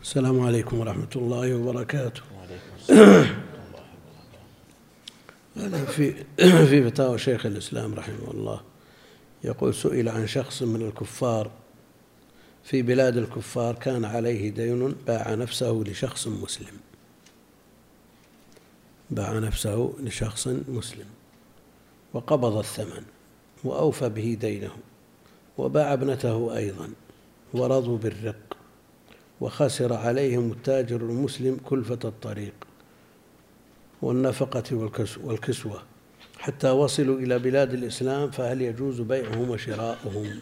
السلام عليكم ورحمة الله وبركاته. هذا في فتاوى شيخ الإسلام رحمه الله يقول: سئل عن شخص من الكفار في بلاد الكفار كان عليه دين، باع نفسه لشخص مسلم، وقبض الثمن وأوفى به دينه، وباع ابنته أيضا، ورضوا بالرق، وخسر عليهم التاجر المسلم كلفة الطريق والنفقة والكسوة حتى وصلوا إلى بلاد الإسلام، فهل يجوز بيعهم وشراؤهم؟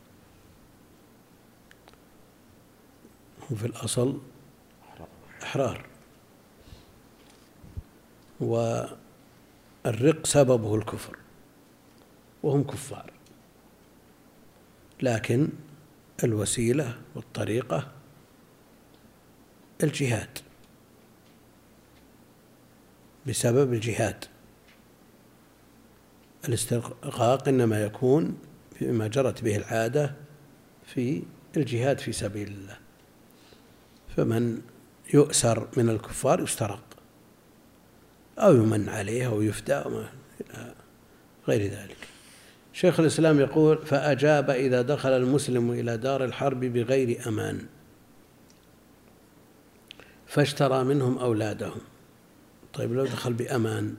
هم في الأصل أحرار، والرق سببه الكفر وهم كفار، لكن الوسيلة والطريقة الجهاد، بسبب الجهاد. الاسترقاق إنما يكون فيما جرت به العادة في الجهاد في سبيل الله، فمن يؤسر من الكفار يسترق أو يمن عليه أو يفدى غير ذلك. شيخ الإسلام يقول: فأجاب: إذا دخل المسلم إلى دار الحرب بغير أمان فاشترى منهم أولادهم. طيب لو دخل بأمان،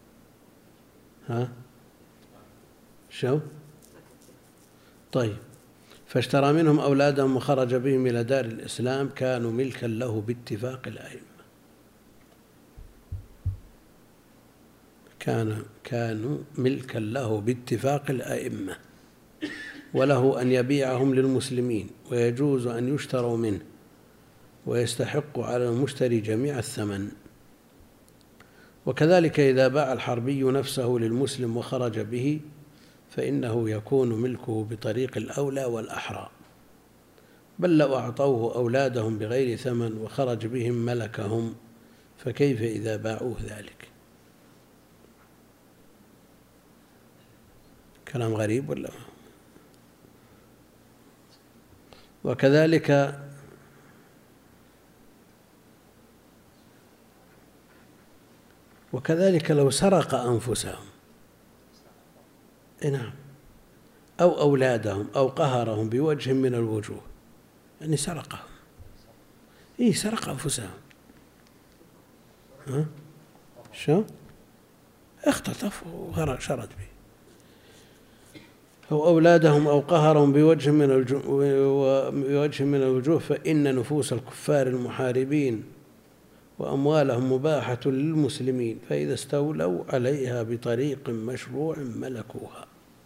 شو؟ طيب، فاشترى منهم أولادهم وخرج بهم إلى دار الإسلام، كانوا ملكا له باتفاق الأئمة. كانوا ملكا له باتفاق الأئمة، وله أن يبيعهم للمسلمين، ويجوز أن يشتروا منه، ويستحق على المشتري جميع الثمن. وكذلك إذا باع الحربي نفسه للمسلم وخرج به، فإنه يكون ملكه بطريق الأولى والأحرى، بل لو أعطوه أولادهم بغير ثمن وخرج بهم ملكهم، فكيف إذا باعوه ذلك؟ كلام غريب ولا؟ وكذلك لو سرق أنفسهم، نعم، أو أولادهم، أو قهرهم بوجه من الوجوه، يعني سرقهم، سرق أنفسهم، شو؟ اختطف وشرد به، أو أولادهم، أو قهرهم بوجه من الوجوه، فإن نفوس الكفار المحاربين وأموالهم مباحة للمسلمين، فإذا استولوا عليها بطريق مشروع ملكوها.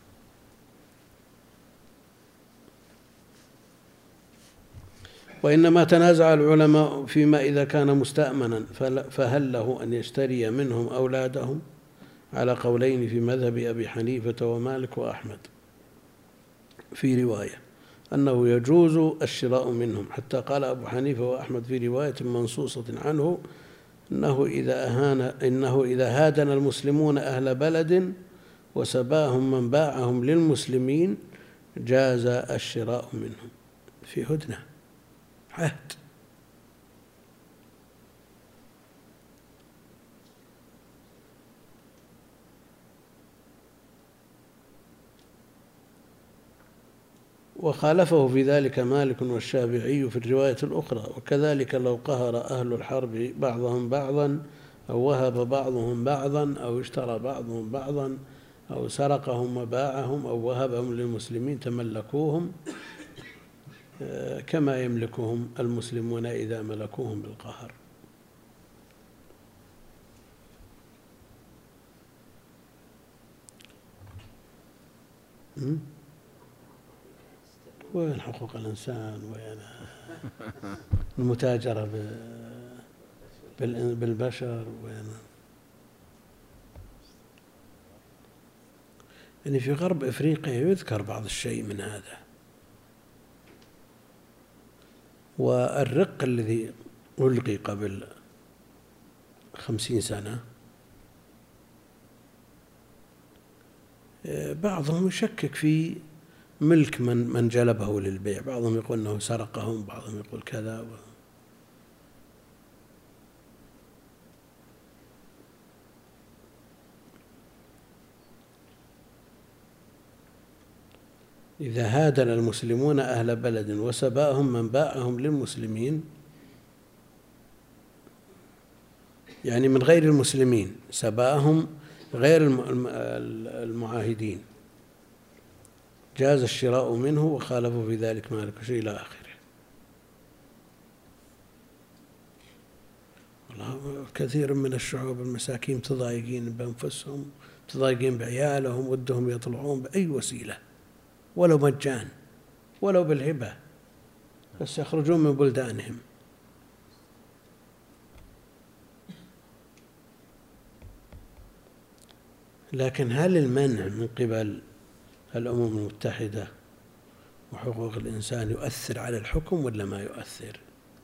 وإنما تنازع العلماء فيما إذا كان مستأمنا، فهل له أن يشتري منهم أولادهم، على قولين في مذهب أبي حنيفة ومالك وأحمد. في رواية أنه يجوز الشراء منهم، حتى قال أبو حنيفة وأحمد في رواية منصوصة عنه إنه إذا هادن المسلمون أهل بلد وسباهم من باعهم للمسلمين جاز الشراء منهم، في هدنة عهد. وخالفه في ذلك مالك والشافعي في الرواية الأخرى. وكذلك لو قهر أهل الحرب بعضهم بعضا، أو وهب بعضهم بعضا، أو اشترى بعضهم بعضا، أو سرقهم وباعهم، أو وهبهم للمسلمين تملكوهم كما يملكهم المسلمون إذا ملكوهم بالقهر. وين حقوق الإنسان، وين المتاجرة بالبشر، وين يعني في غرب إفريقيا يذكر بعض الشيء من هذا. والرق الذي ألقي قبل 50 سنة بعضهم يشكك في ملك من جلبه للبيع، بعضهم يقول أنه سرقهم، بعضهم يقول كذا. إذا هادن المسلمون أهل بلد وسباهم من باعهم للمسلمين، يعني من غير المسلمين، سباهم غير المعاهدين، جاز الشراء منه وخالفوا في ذلك مالك شيء إلى آخره. والله كثير من الشعوب المساكين متضايقين بأنفسهم، متضايقين بعيالهم، ودهم يطلعون بأي وسيلة، ولو مجان ولو بالهبة، بس يخرجون من بلدانهم. لكن هل المنع من قبل الأمم المتحدة وحقوق الإنسان يؤثر على الحكم ولا ما يؤثر؟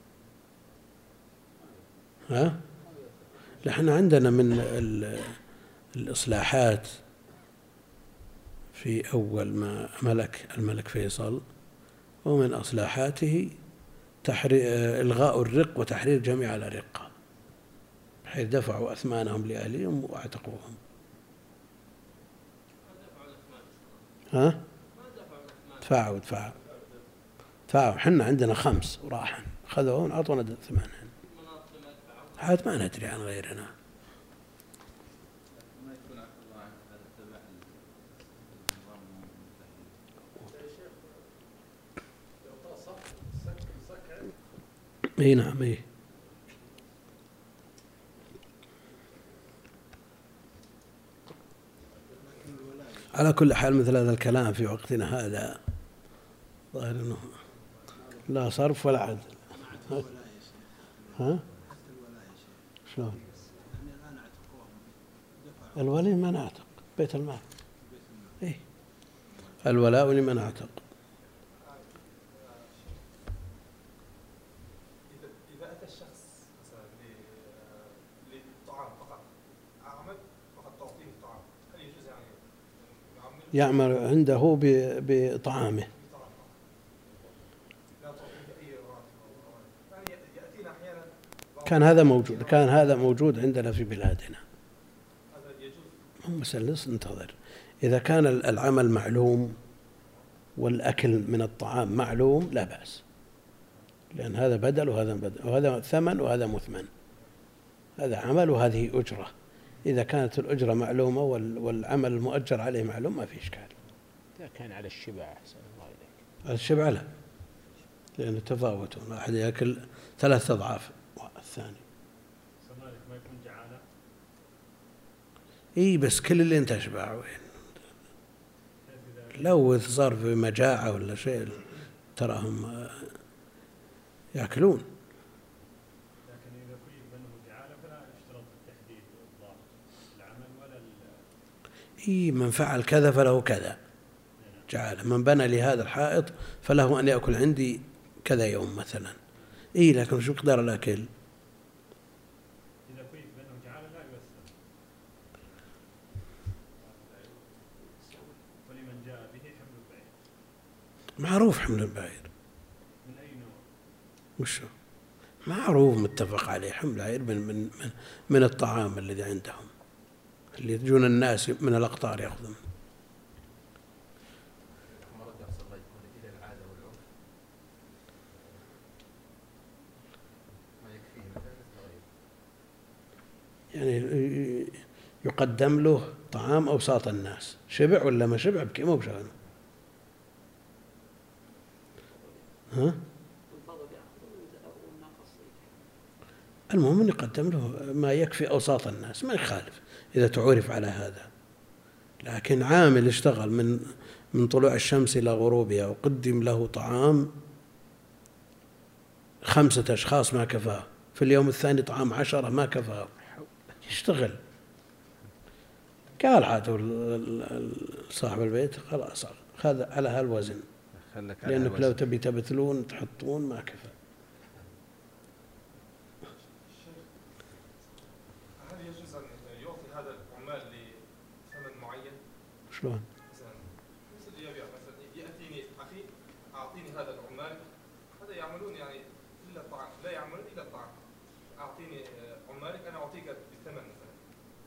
نحن عندنا من الإصلاحات في أول ما الملك فيصل، ومن إصلاحاته إلغاء الرق وتحرير جميع الأرقة، بحيث دفعوا أثمانهم لأهلهم واعتقوهم. دفعوا حنا عندنا 5 وراحن خذوهم أعطونا 8. حتى ما ندري عن غيرنا. اي نعم. اي على كل حال مثل هذا الكلام في وقتنا هذا ظاهر انه لا صرف ولا عدل. شلون؟ الولي من اعتق بيت المال. ايه الولاء لمن اعتق. إذا أتى الشخص مثلا للطعام فقط، أعمل فقط تعطيه الطعام، هل يجوز يعمل عنده بطعامه؟ لا تعطيه أي راتب، يعني يأتينا أحيانا كان هذا موجود عندنا في بلادنا. هذا يجوز. مسلس انتظر. إذا كان العمل معلوم والأكل من الطعام معلوم لا بأس، لأن هذا بدل وهذا بدل، وهذا ثمن وهذا مثمن، هذا عمل وهذه أجرة. إذا كانت الأجرة معلومة والعمل المؤجر عليه معلوم ما في إشكال. إذا كان على الشبع أحسن الله إليك. على الشبع لا، لأنه تفاوتون، واحد يأكل 3 أضعاف الثاني. ما يكون جعانة. إيه بس كل اللي أنت تشبع وين؟ لو صار في مجاعة ولا شيء تراهم يأكلون. لكن إذا كيف منه جعانة فلا يشترط التحديد العمل ولا إيه من فعل كذا فله كذا جعل، من بنى لهذا الحائط فله أن يأكل عندي كذا يوم مثلا. إيه لكن شو مقدار الأكل؟ إذا كيف منه جعانة لا يوسف. ولمن جاء به حمل البعير. معروف حمل البعير. من أي نوع؟ وشو؟ معروف متفق عليه حمل البعير من الطعام الذي عندهم، اللي يجون الناس من الأقطار يأخذون. يعني يقدم له طعام أوساط الناس، شبع ولا ما شبع بكي مو بشغله. المهم يقدم له ما يكفي أوساط الناس، ما يخالف إذا تعرف على هذا. لكن عامل اشتغل من طلوع الشمس إلى غروبها وقدم له طعام 5 أشخاص ما كفاه، في اليوم الثاني طعام 10 ما كفاه، يشتغل. قال عاد صاحب البيت خلاص هذا على هالوزن، لأنك لو تبي تبتلون تحطون ما كفى. هل يجوز أن يعطي هذا العمال لثمن معين؟ شلون؟ مثل يبيع مثلا يأتيني أخي أعطيني هذا العمال، هذا يعملون يعني إلا الطعام، لا يعملون إلا الطعام، أعطيني عمالك أنا أعطيك بالثمن مثلا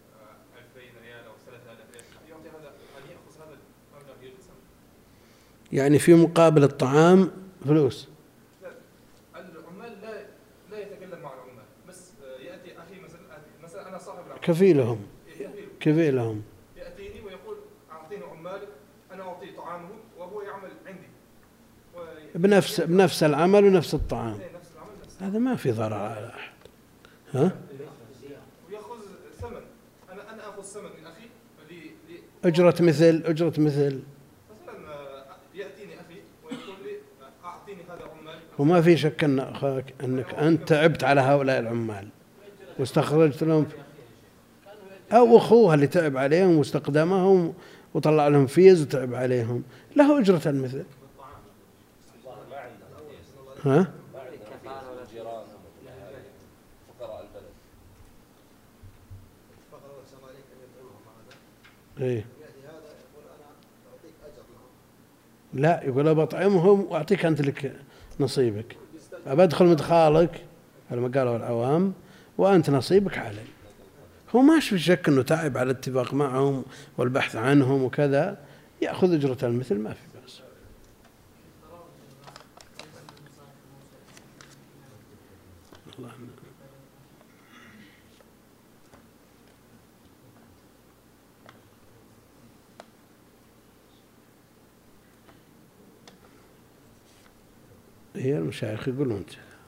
2000 ريال أو 3000 ريال، يعطي هذا، هل يأخذ هذا المبلغ يجوز؟ يعني في مقابل الطعام فلوس. العمال لا يتكلم مع العمال، بس يأتي أخي مثلا أنا صاحب العمل كفيلهم. كفيلهم. يأتيني ويقول أعطيني عمالك، أنا أعطي طعامه وهو يعمل عندي بنفس العمل ونفس الطعام. نفس العمل هذا ما في ضرر على أحد. ها؟ ويأخذ ثمن. أنا أخذ ثمن من أخي أجرة مثل مثلا يأتيني أخي ويقول لي أعطيني هذا عمال. وما في شك أن أخاك أنك أنت تعبت على هؤلاء العمال واستخرجت لهم، أو أخوها اللي تعب عليهم واستقدمهم وطلع لهم فيز وتعب عليهم، له أجرة المثل. ها؟ إيه؟ لا، يقول بطعمهم وأعطيك أنت لك نصيبك، أبدخل مدخالك على ما قالوا العوام وأنت نصيبك علي. هو ما في شك أنه تعب على الاتفاق معهم والبحث عنهم وكذا، يأخذ أجرة المثل، ما في بأس. الله هي المشايخ يقولون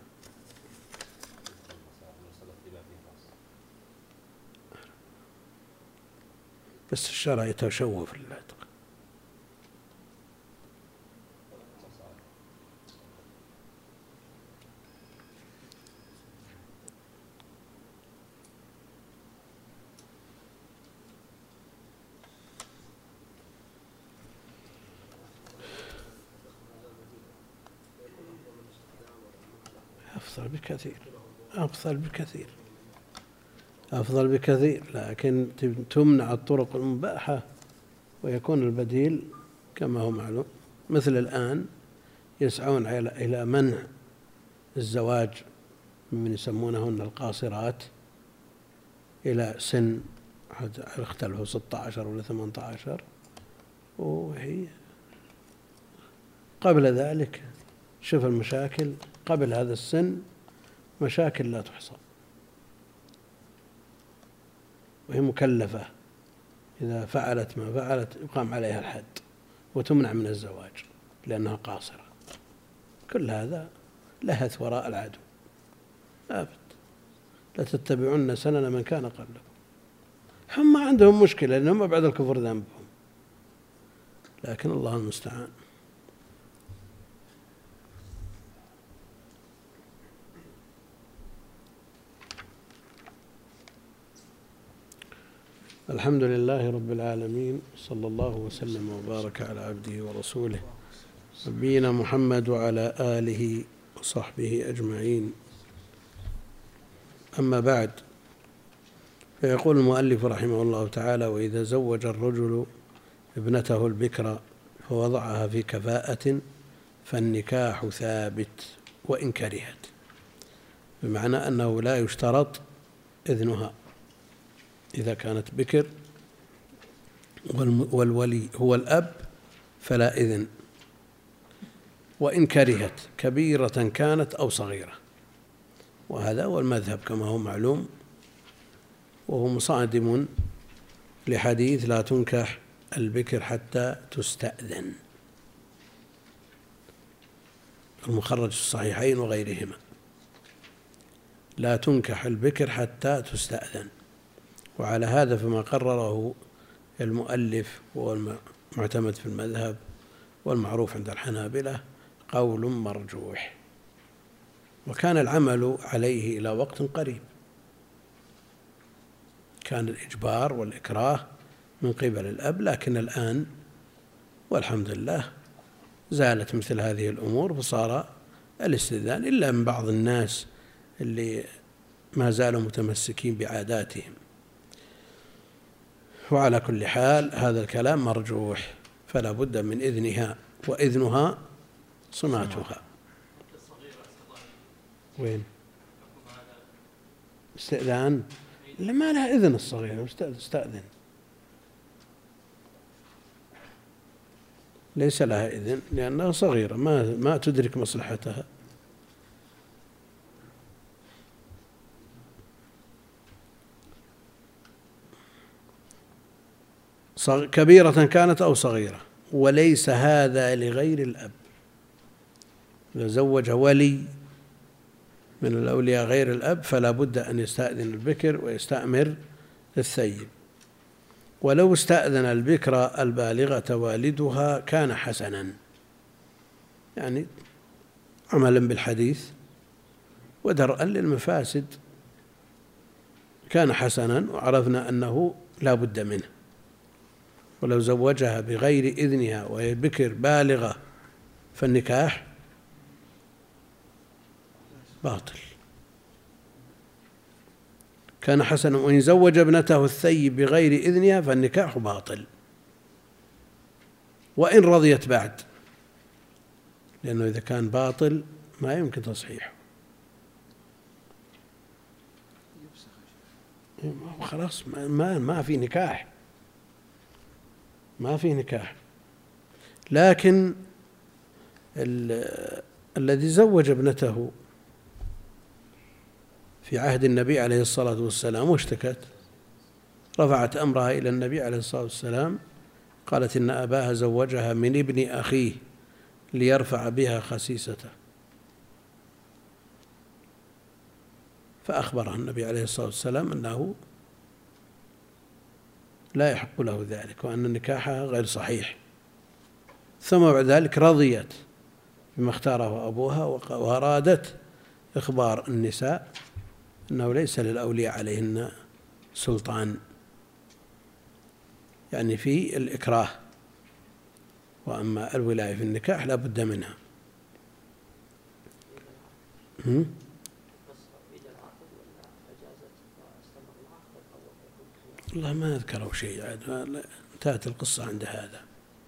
بس الشرع يتشوف العتق. أفضل بكثير، أفضل بكثير، أفضل بكثير، لكن تمنع الطرق المباحة ويكون البديل كما هو معلوم. مثل الآن يسعون إلى منع الزواج من يسمونهن القاصرات إلى سن اختلفوا 16 ولا 18، وهي قبل ذلك شوف المشاكل قبل هذا السن، مشاكل لا تحصى، وهي مكلفة إذا فعلت ما فعلت يقام عليها الحد وتمنع من الزواج لأنها قاصرة. كل هذا لهث وراء العدو، لا تتبعون سنن من كان قبلكم. هم ما عندهم مشكلة لأنهم بعد الكفر ذنبهم، لكن الله المستعان. الحمد لله رب العالمين، صلى الله وسلم وبارك على عبده ورسوله نبينا محمد وعلى آله وصحبه أجمعين. أما بعد، فيقول المؤلف رحمه الله تعالى: وإذا زوج الرجل ابنته البكرة فوضعها في كفاءة فالنكاح ثابت وإن كرهت، بمعنى أنه لا يشترط إذنها إذا كانت بكر والولي هو الأب فلا إذن، وإن كرهت كبيرة كانت أو صغيرة. وهذا هو المذهب كما هو معلوم، وهو مصادم لحديث لا تنكح البكر حتى تستأذن، المخرج في الصحيحين وغيرهما. لا تنكح البكر حتى تستأذن. وعلى هذا فما قرره المؤلف والمعتمد في المذهب والمعروف عند الحنابلة قول مرجوح، وكان العمل عليه إلى وقت قريب، كان الإجبار والإكراه من قبل الأب، لكن الآن والحمد لله زالت مثل هذه الأمور فصار الاستئذان، إلا من بعض الناس اللي ما زالوا متمسكين بعاداتهم. وعلى كل حال هذا الكلام مرجوح، فلا بد من إذنها، وإذنها صماتها. وين استئذان؟ ما لها إذن الصغيرة، استأذن. ليس لها إذن لأنها صغيرة ما تدرك مصلحتها. كبيرة كانت أو صغيرة، وليس هذا لغير الأب. إذا زوج ولي من الأولياء غير الأب فلا بد أن يستأذن البكر ويستأمر الثيب. ولو استأذن البكر البالغة والدها كان حسنا، يعني عملا بالحديث ودرءا للمفاسد كان حسنا، وعرفنا أنه لا بد منه. ولو زوجها بغير إذنها وهي بكر بالغة فالنكاح باطل، كان حسنا. وإن زوج ابنته الثيب بغير إذنها فالنكاح باطل، وإن رضيت بعد، لأنه إذا كان باطل ما يمكن تصحيحه. خلاص ما في نكاح، ما في نكاح. لكن الذي زوج ابنته في عهد النبي عليه الصلاة والسلام واشتكت، رفعت أمرها إلى النبي عليه الصلاة والسلام، قالت إن أباها زوجها من ابن أخيه ليرفع بها خسيسته، فأخبرها النبي عليه الصلاة والسلام أنه لا يحق له ذلك وأن نكاحها غير صحيح. ثم بعد ذلك رضيت بما اختاره أبوها وأرادت إخبار النساء أنه ليس للأولياء عليهن سلطان، يعني في الإكراه، وأما الولاية في النكاح لا بد منها. والله ما أذكروا شيء، انتهت القصة عند هذا.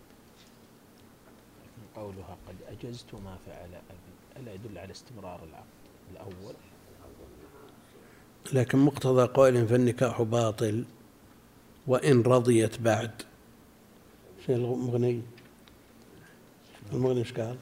قولها قد أجزت وما فعل أبي ألا يدل على استمرار العقد الأول؟ لكن مقتضى قولهم فالنكاح باطل وإن رضيت بعد. شيء المغني ايش قال؟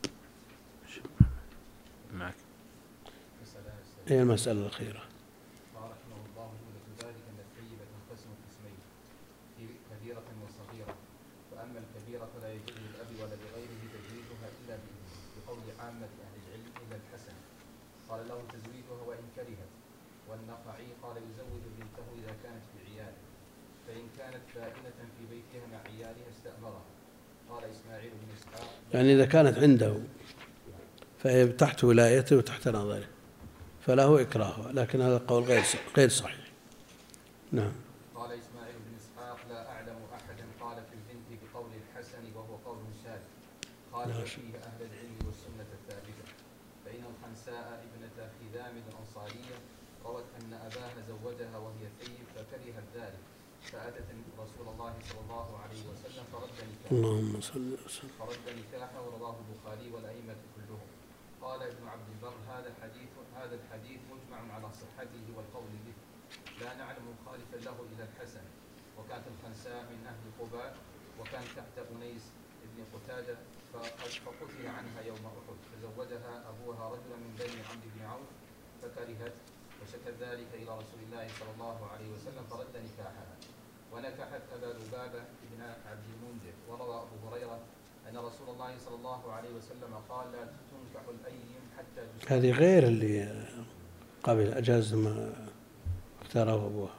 معك. هي المسألة الأخيرة. قال رحمه الله ذلك أن الثيب تنقسم قسمين، كبيرة وصغيرة. فأما الكبيرة فلا يجوز للأب ولا لغيره تزويجها إلا بإذنه، بقول عامة أهل العلم إلا الحسن قال له تزويجها وإن كرهت، والنقعي قال يزوج بنته إذا كانت في عياله، فإن كانت بائنة في بيتها مع عيالها استأمرها. قال إسماعيل بن إسحاق يعني إذا كانت عنده فهي تحت ولايته وتحت نظره فله إكراهها، لكن هذا القول غير صحيح. نعم. قال إسماعيل بن إسحاق لا أعلم أحدا قال في البنت بقول الحسن وهو قول شاذ، قال فيه أهل العلم والسنة الثابتة. فإن الخنساء ابنة خذام الأنصارية روت أن أباها زوجها وهي ثيب فكرهت ذلك، فأتت رسول الله صلى الله عليه وسلم اللهم صل وسلم فرد نكاحه، ورواه البخاري والأئمة كلهم. قال ابن عبد البر هذا الحديث مجمع على صحته والقول به، لا نعلم مخالفا له إلى الحسن. وكانت الخنساء من أهل قباء، وكان تحت أنيس بن قتادة، فقتل عنها يوم أحد، فزوجها أبوها رجلا من بني عمرو بن عوف فكرهت، وشكت ذلك إلى رسول الله صلى الله عليه وسلم فرد نكاحها، ونكحت أبا لبابة بن عبد المنذر. وروى أبو هريرة أن رسول الله صلى الله عليه وسلم قال لا تنكح الأيم حتى تسلم. هذه غير اللي قبل أجاز ما اختاره أبوها.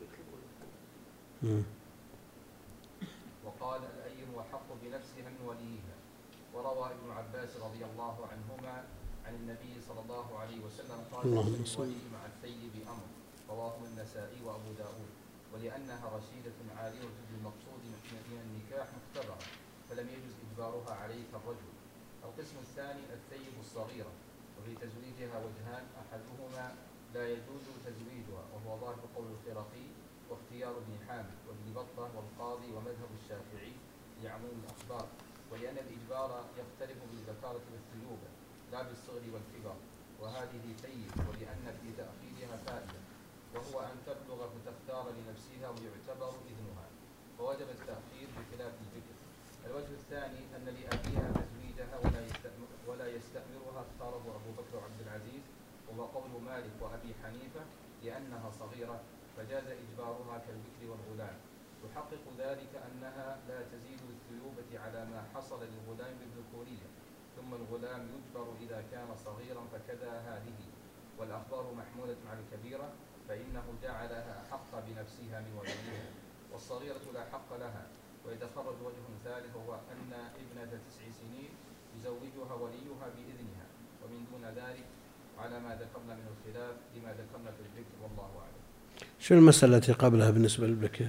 وقال الأيم وحق بنفسها من وليها. وروى ابن عباس رضي الله عنهما عن النبي صلى الله عليه وسلم قال الولي مع الثيب أمر، رواه النسائي وأبو داود. ولأنها رشيدة عالمة بالمقصود من النكاح مختبرة، فلم يجوز إجبارها عليه كالرجل. القسم الثاني الثيب الصغيرة، وفي تزويجها وجهان، أحدهما لا يجوز تزويجها وهو ظاهر قول الخرقي واختيار ابن حامد وابن بطة والقاضي ومذهب الشافعي لعموم الأخبار، ولأن الإجبار يختلف بالذكارة والثيوبة لا بالصغر والكبر، وهذه ثيب، ولأن في تأخيرها فائدة، وهو أن تبلغ فتختار لنفسها ويعتبر إذنها، فوجب التأخير بخلاف الذكر. الوجه الثاني أن لأبيها تزويجها ولا يستأمرها اختاره أبو بكر وعبد العزيز، وهو قول مالك وأبي حنيفة لأنها صغيرة فجاز إجبارها كالبكر والغلام. يحقق ذلك أنها لا تزيد الثيوبة على ما حصل للغلام بالذكورية، ثم الغلام يجبر إذا كان صغيرا فكذا هذه. والأخبار محمولة على الكبيرة فإنه جعلها أحق بنفسها من وليها، والصغيرة لا حق لها. ويتخرج وجه ثالث وهو أن ابنة 9 سنين يزوجها وليها بإذنها، ومن دون ذلك على ما ذكرنا من الخلاف لما ذكرنا في الذكر، والله أعلم. شو المسألة التي قبلها بالنسبة للبكر؟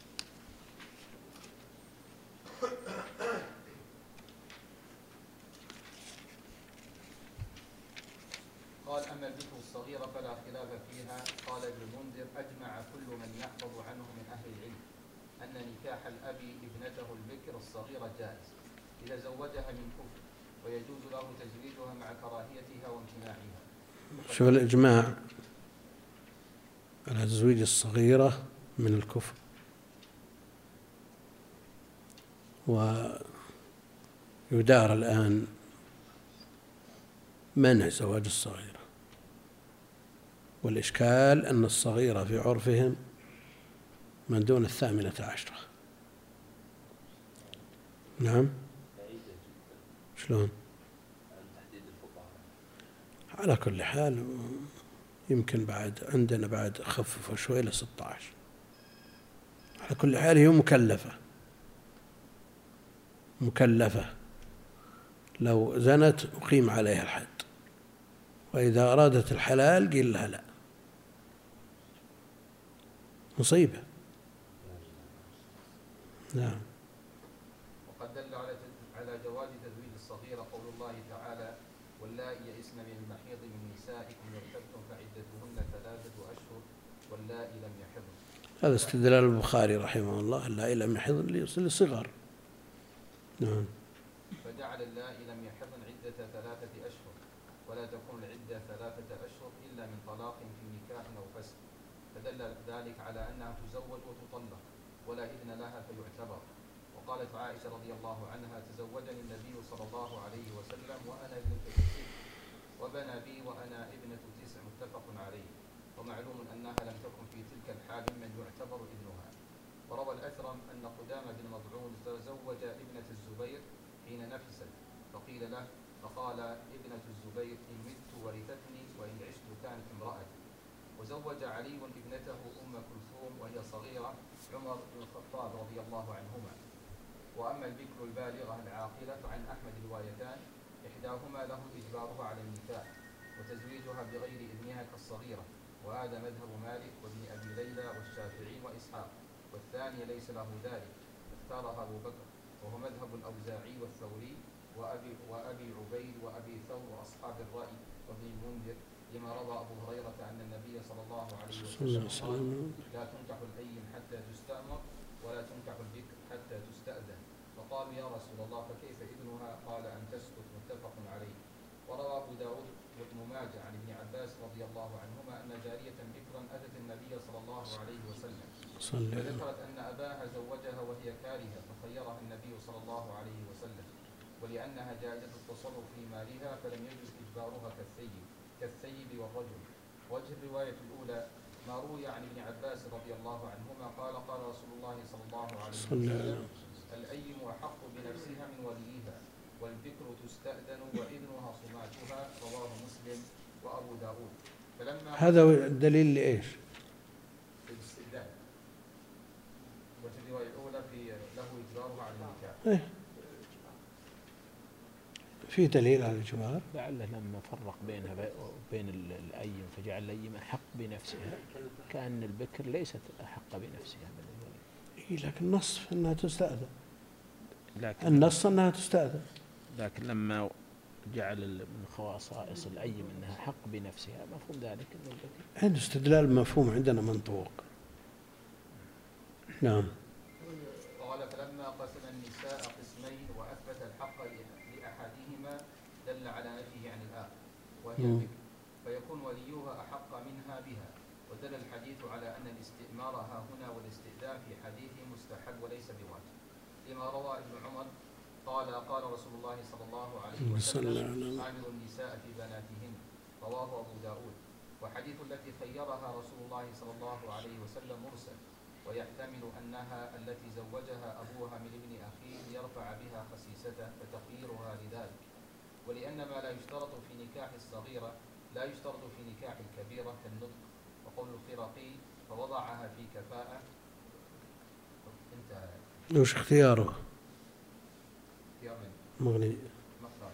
قال أما البكر الصغيرة فلا خلاف فيها. قال ابن المنذر أجمع كل من يحفظ عنه من أهل العلم أن نكاح الأب ابنته البكر الصغيرة جائز إذا زوجها من كفر، ويجوز له تزويجها مع كراهيتها وامتناعها. شو الإجماع على تزويج الصغيرة من الكفر، ويدار الآن منع زواج الصغيرة، والإشكال أن الصغيرة في عرفهم من دون 18. نعم. شلون؟ على كل حال يمكن بعد عندنا بعد خففوا شوي ل 16. على كل حال هي مكلفة لو زنت أقيم عليها الحد، وإذا أرادت الحلال قيل لها لا. مصيبة. نعم. وقد دل على جواز تزويج الصغيرة قول الله تعالى: واللائي يئسن من المحيض من نسائكم إن ارتبتم فعدتهن 3 أشهر واللائي لم يحضن. هذا استدلال البخاري رحمه الله، اللائي لم يحضن للصغر. نعم. فجعل اللائي لم يحضن عدة 3 أشهر، ولا تكون العدة 3 أشهر إلا من طلاق في نكاح أو فسخ، فدل ذلك على أنها تزوج وتطلق ولا إذن لها فيعتبر. وقالت عائشة رضي الله عنها: تزوجني النبي صلى الله عليه وسلم وأنا ابنة 9 وبنى بي وأنا ابنة 9، متفق عليه. ومعلوم أنها لم تكن في تلك الحال من يعتبر إذنها. وروى الأثرم أن قدامة بن مضعون تزوج ابنة الزبير حين نفست، فقال ابنة الزبير: إن مت ورثتني وإن عشت كانت امرأتي. وزوج علي ابنته أم كلثوم وهي صغيرة عمر بن الخطاب رضي الله عنهما. وأما البكر البالغة العاقلة فعن أحمد روايتان، إحداهما له إجبارها على النكاح وتزويجها بغير إذنها كالصغيرة، وهذا مذهب مالك وابن أبي ليلى والشافعي وإسحاق، والثاني ليس له ذلك اختارها أبو بكر، وهو مذهب الأوزاعي والثوري وأبي عبيد وأبي ثور وأصحاب الرأي وابن المنذر، لما روى أبو هريرة أن النبي صلى الله عليه وسلم قال: لا تنكح الأيم حتى تستأمر ولا تنكح البكر حتى تستأذن. فقالوا: يا رسول الله فكيف إذنها؟ قال: أن تسكت، متفق عليه. وروى أبو داود وابن ماجه عن ابن عباس رضي الله عنهما أن جارية بكرا أتت النبي صلى الله عليه وسلم فذكرت أن أباها زوجها وهي كارهة، فخيرها النبي صلى الله عليه وسلم، ولأنها جائزة التصرف في مالها فلم يجوز إجبارها كالثيب والرجل. وجه الرواية الأولى ما روي عن ابن عباس رضي الله عنهما قال: قال رسول الله صلى الله عليه وسلم: الأيم أحق بنفسها من وليها، والبكر تستأذن وإذنها صماتها. رواه مسلم وأبو داود. هذا الدليل لإيش؟ الاستئذان. وفي الرواية الأولى له إجبارها على النكاح. في دليل على الإجبار؟ لعله لما فرق بينها وبين الأيم فجعل الأيم أحق بنفسها، كأن البكر ليست أحق بنفسها من الولي. لكن النص أنها تستأذن، النص أنها تستأذن، لكن لما جعل من خصائص الأيم أنها حق بنفسها، مفهوم ذلك أن البكر عنده استدلال مفهوم، عندنا منطوق. نعم. قال: فلما قسم النساء قسمين وأثبت الحق لأحدهما دل على نفيه عن الآخر وهي البكر، فيكون وليها أحق منها بها. ودل الحديث على أن الاستئمار ها هنا والاستئذان في حديث مستحب وليس بواجب، لما روى ابن عمر قال رسول الله صلى الله عليه وسلم عاملوا النساء في بناتهن، رواه أبو داود. وحديث التي خيرها رسول الله صلى الله عليه وسلم مرسل، ويحتمل أنها التي زوجها أبوها من ابن أخيه ليرفع بها خسيسته فتخييرها لذلك. ولأن ما لا يشترط في نكاح الصغيرة لا يشترط في نكاح الكبيرة كالنطق، وقول الخرقي فوضعها في كفاءة. انتهى. وش اختياره؟ اختيار مغني. مخرج.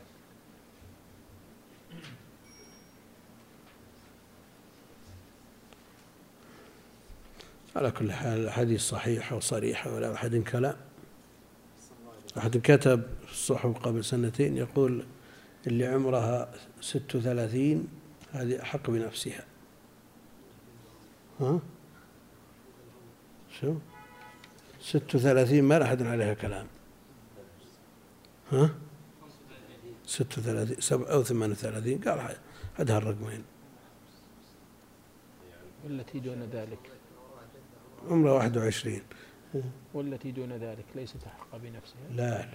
على كل حال الحديث صحيحة وصريحة ولا أحد كلام. أحد كتب في الصحف قبل سنتين يقول اللي عمرها 36 هذه أحق بنفسها. ها؟ شو؟ 36 ما أحد عليها كلام. ها؟ 36 أو 38 قال هذا الرقمين. والتي دون ذلك عمرها 21. والتي دون ذلك ليست أحق بنفسها. لا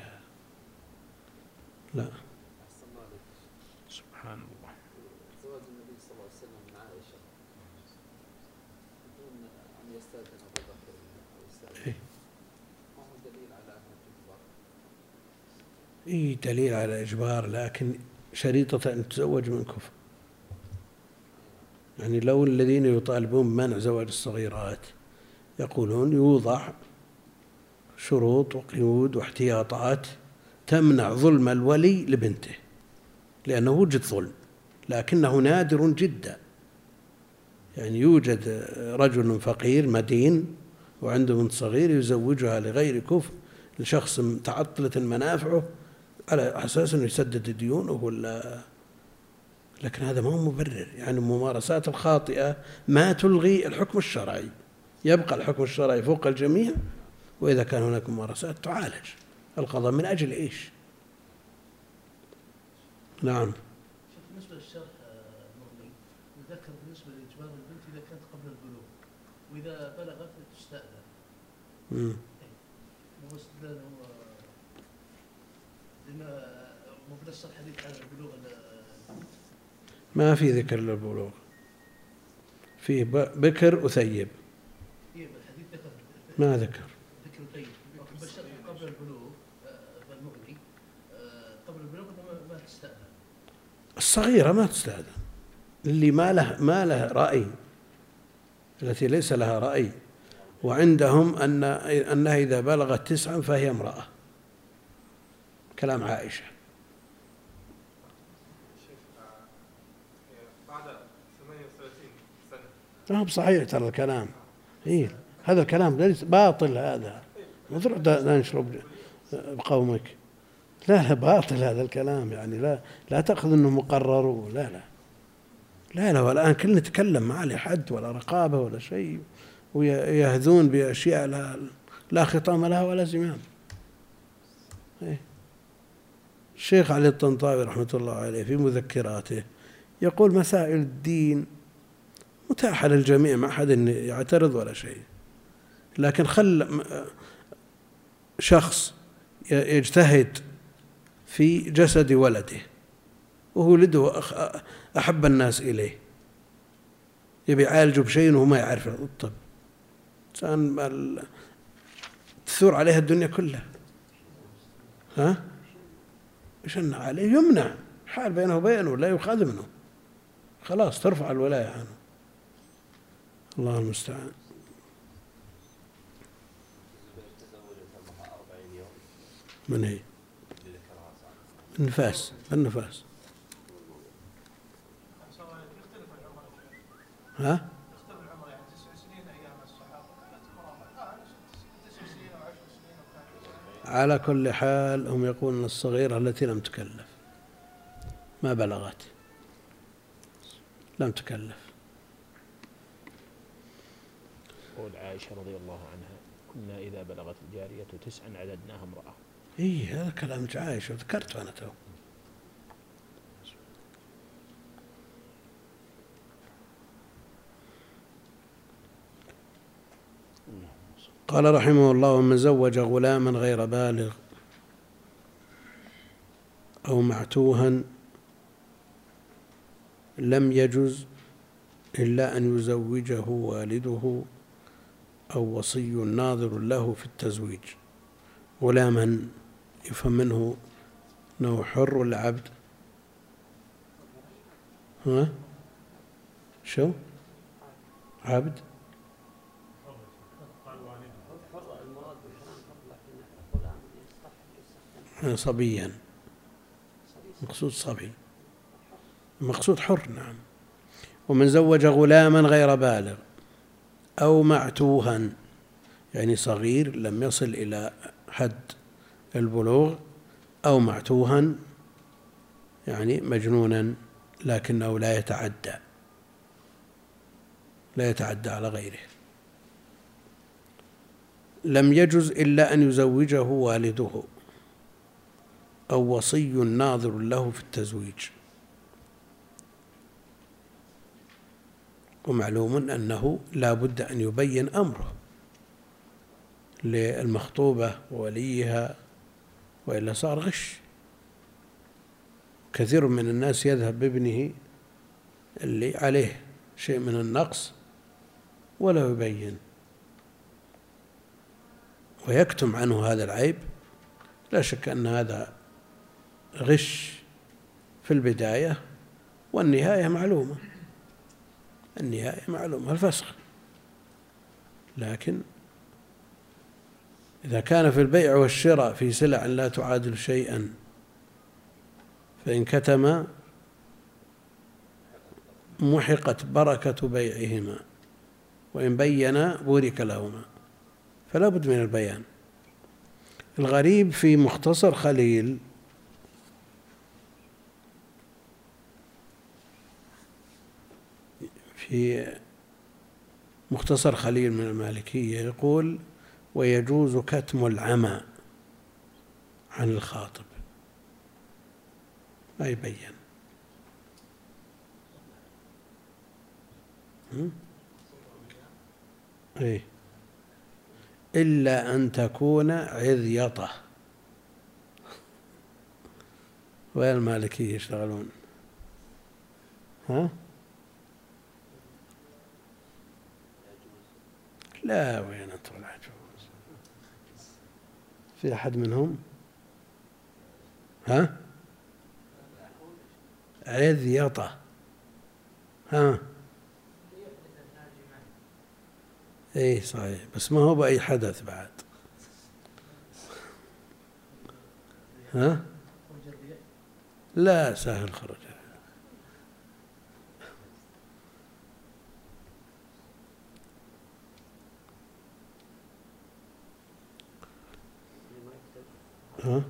سبحان الله. زواج النبي صلى الله عليه وسلم من عائشة بدون أن يستأذن أبو بكر أو يستأذن، ما هو دليل على أنه إجبار؟ دليل على إجبار، لكن شريطة أن تتزوج من كفر. يعني لو الذين يطالبون بمنع زواج الصغيرات يقولون يوضع شروط وقيود واحتياطات تمنع ظلم الولي لبنته، لأنه وجد ظلم لكنه نادر جدا. يعني يوجد رجل فقير مدين وعنده بنت صغير يزوجها لغير كفء لشخص تعطلت منافعه على أساس أنه يسدد ديونه ولا، لكن هذا ما هو مبرر. يعني الممارسات الخاطئة ما تلغي الحكم الشرعي، يبقى الحكم الشرعي فوق الجميع، وإذا كان هناك ممارسات تعالج. القضاء من أجل إيش؟ نعم. بالنسبة للشرح المغني يذكر بالنسبة لإجبار البنت إذا كانت قبل البلوغ، وإذا بلغت تستأذن. هو استدلال هو لما مبنص الحديث على البلوغ ما في ذكر للبلوغ، فيه بكر وثيب. الحديث ذكر ما ذكر ذكر وثيب، لكن قبل البلوغ بالمغني قبل البلوغ ما تستأذن. الصغيرة ما تستأذن، اللي ما له رأي، التي ليس لها رأي، وعندهم أنها إذا بلغت 9 فهي امرأة، كلام عائشة. بعد 38 سنة. ما هو بصحيح ترى الكلام. هذا الكلام ليس باطل، هذا نروح نشرب بقومك. لا باطل هذا الكلام، يعني لا تأخذ أنه مقرر. لا والآن كلنا نتكلم ما عليه حد ولا رقابة ولا شيء، ويهذون بأشياء لا خطام لها ولا زمام. الشيخ علي الطنطاوي رحمة الله عليه في مذكراته يقول مسائل الدين متاحة للجميع، ما أحد يعترض ولا شيء، لكن خل شخص يجتهد في جسد ولده وهو ولده أحب الناس إليه، يبي يعالجه بشيء وهو ما يعرف الطب، إنسان تثور عليها الدنيا كلها. إيش أنه عليه يمنع، حال بينه وبينه لا يؤخذ منه، خلاص ترفع الولاية عنه. الله المستعان. من هي؟ النفاس. ها؟ على كل حال هم يقولون الصغيرة التي لم تكلف ما بلغت، لم تكلف. قول عائشة رضي الله عنها كنا إذا بلغت الجارية 9 عددناها امرأة. هذا كلام عائشة وذكرته أنا تو. قال رحمه الله: ومن زوج غلاما غير بالغ أو معتوها لم يجز إلا أن يزوجه والده أو وصي ناظر له في التزويج. غلاما يفهم منه أنه حر ولا عبد؟ ها؟ شو؟ عبد؟ صبيا، مقصود صبي، مقصود حر. نعم. ومن زوج غلاما غير بالغ أو معتوها، يعني صغير لم يصل إلى حد البلوغ، أو معتوها يعني مجنونا لكنه لا يتعدى على غيره، لم يجز إلا أن يزوجه والده أو وصي ناظر له في التزويج. ومعلوم أنه لا بد أن يبين أمره للمخطوبة ووليها، وإلا صار غش. كثير من الناس يذهب بابنه اللي عليه شيء من النقص ولا يبين، ويكتم عنه هذا العيب. لا شك أن هذا غش في البداية، والنهاية معلومة، النهاية معلومة، الفسخ. لكن إذا كان في البيع والشراء في سلع لا تعادل شيئا، فإن كتم محقت بركة بيعهما، وإن بين بورك لهما، فلا بد من البيان. الغريب في مختصر خليل من المالكية يقول: ويجوز كتم العمى عن الخاطب، ما يبين. إيه؟ إلا أن تكون عذيطة. وين المالكية يشتغلون؟ ها؟ لا، وين أنتم العجوز؟ في أحد منهم؟ ها؟ عذيطة. ها؟ ايه صحيح، بس ما هو بأي حدث بعد. ها؟ لا، سهل خرج. ها؟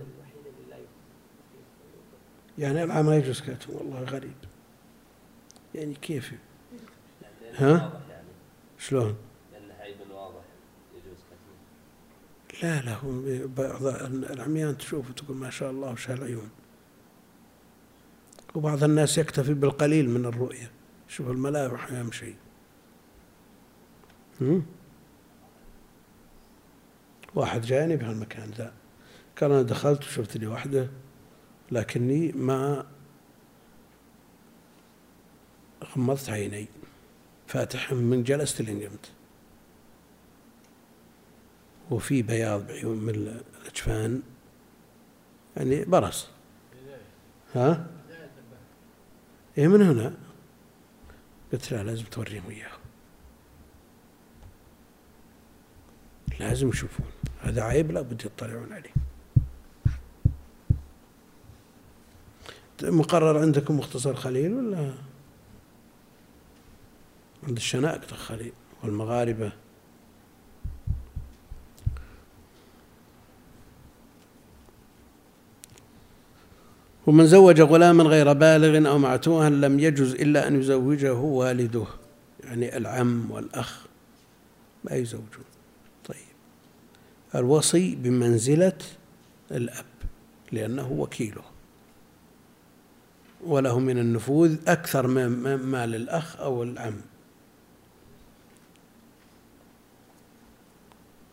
يعني العام ما يجوز كتم، والله غريب. يعني كيف؟ ها؟ شلون؟ لا هو بعض العميان تشوف تقول ما شاء الله وش هالعيون، وبعض الناس يكتفي بالقليل من الرؤية، شوف الملامح يمشي. واحد جاني بهالمكان ذا، كان أنا دخلت وشفت لي واحدة، لكني ما غمضت عيني، فاتح من جلست لين قمت، وفي بياض بعيون من الأجفان، يعني برص. ها؟ إيه من هنا؟ قلت لا، لازم توريهم إياه، لازم يشوفون، هذا عيب لا بد يطلعون عليه. مقرر عندكم مختصر خليل ولا عند الشنائق خليل والمغاربة؟ ومن زوج غلاما غير بالغ أو معتوها لم يجز إلا أن يزوجه والده، يعني العم والأخ ما يزوجون. طيب، الوصي بمنزلة الأب لأنه وكيله، وله من النفوذ أكثر ما للأخ أو العم.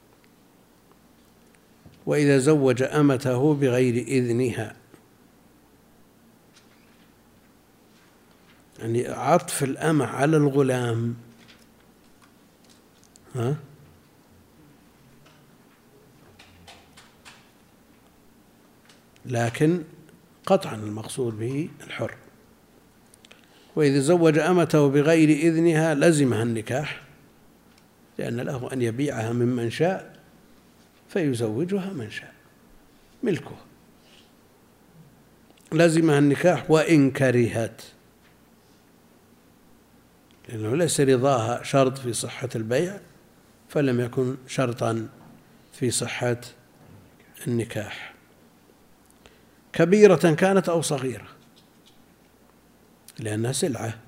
وإذا زوج أمته بغير إذنها، يعني عطف الأمة على الغلام. لكن قطعا المقصود به الحر. وإذا زوج أمته بغير إذنها لزمها النكاح، لأن له أن يبيعها ممن شاء فيزوجها من شاء، ملكه، لزمها النكاح وإن كرهت، لأنه ليس رضاها شرط في صحة البيع، فلم يكن شرطا في صحة النكاح، كبيرة كانت أو صغيرة، لأنها سلعة.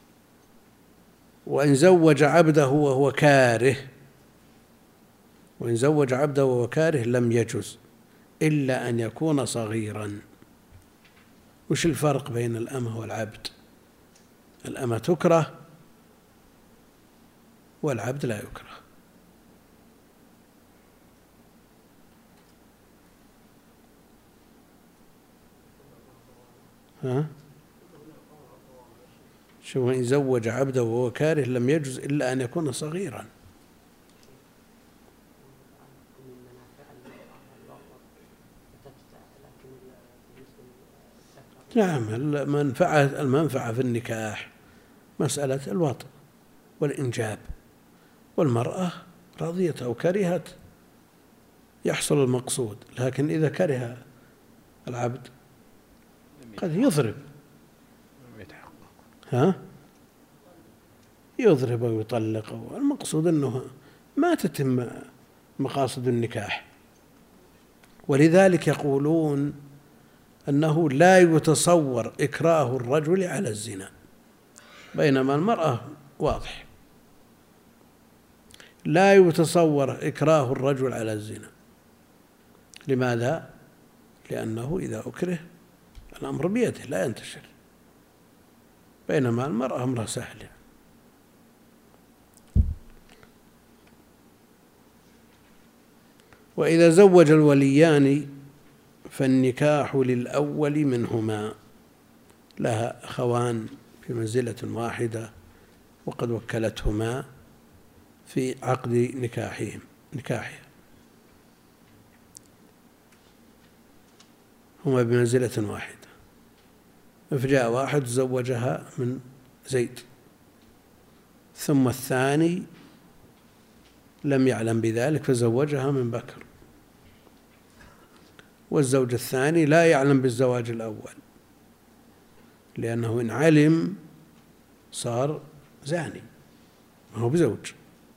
وإن زوج عبده وهو كاره، وإن زوج عبده وهو كاره لم يجز إلا أن يكون صغيرا. وش الفرق بين الأمة والعبد؟ الأمة تكره والعبد لا يكره. شو إن زوج عبده وهو كاره لم يجز إلا أن يكون صغيرا. نعم، المنفعة في النكاح مسألة الوطء والإنجاب، والمرأة رضيت أو كرهت يحصل المقصود. لكن إذا كره العبد قد يضرب، يضرب أو يطلق، المقصود أنه ما تتم مقاصد النكاح. ولذلك يقولون أنه لا يتصور إكراه الرجل على الزنا، بينما المرأة واضح. لا يتصور إكراه الرجل على الزنا. لماذا؟ لأنه إذا أكره الأمر بيده لا ينتشر، بينما المرأة أمرها سهل. وإذا زوج الوليان فالنكاح للأول منهما، لها أخوان في منزلة واحدة وقد وكلتهما في عقد نكاحها، هما بمنزلة واحدة، فجاء واحد زوجها من زيد، ثم الثاني لم يعلم بذلك فزوجها من بكر، والزوج الثاني لا يعلم بالزواج الأول، لأنه إن علم صار زاني ما هو بزوج.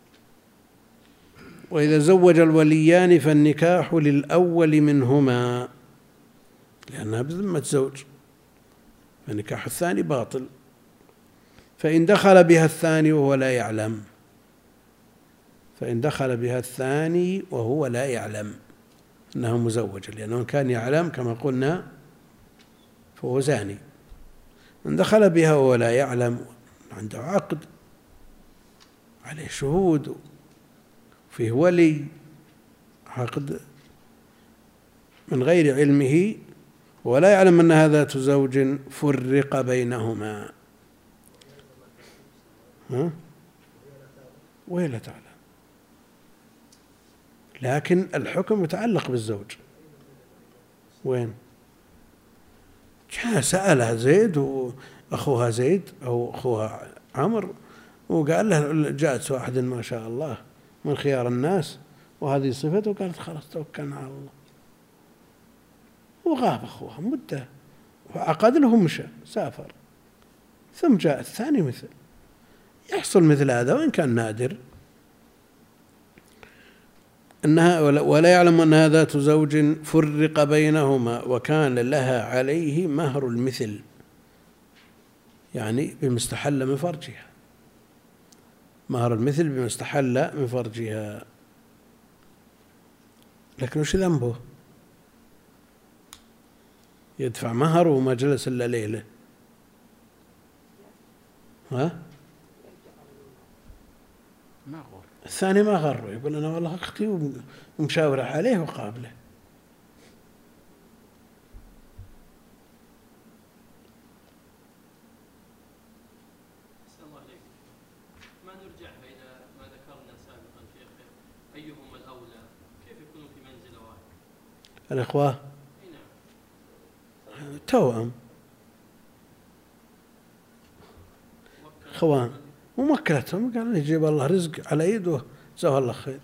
وإذا زوج الوليان فالنكاح للأول منهما، لأنها بذمة زوج، فالنكاح الثاني باطل. فإن دخل بها الثاني وهو لا يعلم، فإن دخل بها الثاني وهو لا يعلم أنها مزوجة، لأنه إن كان يعلم كما قلنا فهو زاني. إن دخل بها وهو لا يعلم، عنده عقد عليه شهود وفيه ولي، عقد من غير علمه ولا يعلم أن هذا زوج، فرق بينهما. وهي لا تعلم، لكن الحكم يتعلق بالزوج. وين؟ جاء سألها زيد وأخوها زيد أو أخوها عمرو وقال له، جاءت واحد ما شاء الله من خيار الناس وهذه صفته، وقالت خلاص توكلنا على الله، وغاب أخوها مدة وعقد له ومشى سافر، ثم جاء الثاني مثل يحصل مثل هذا وإن كان نادر، أنها ولا يعلم أنها ذات زوج، فرق بينهما وكان لها عليه مهر المثل، يعني بما استحل من فرجها، مهر المثل بما استحل من فرجها. لكن وش ذنبه؟ يدفع مهر وما جلس إلا ليلة. الثاني ما غره، يقول أنا والله أختي ومشاورة عليه وقابله، ما نرجع إلى ما ذكرنا سابقا شيخ، أيهم الأولى، كيف يكونوا في منزل واحد؟ الإخوة أي نعم. توأم خوان ومكلتهم، قال يجيب الله رزق على يده، جزاه الله خير.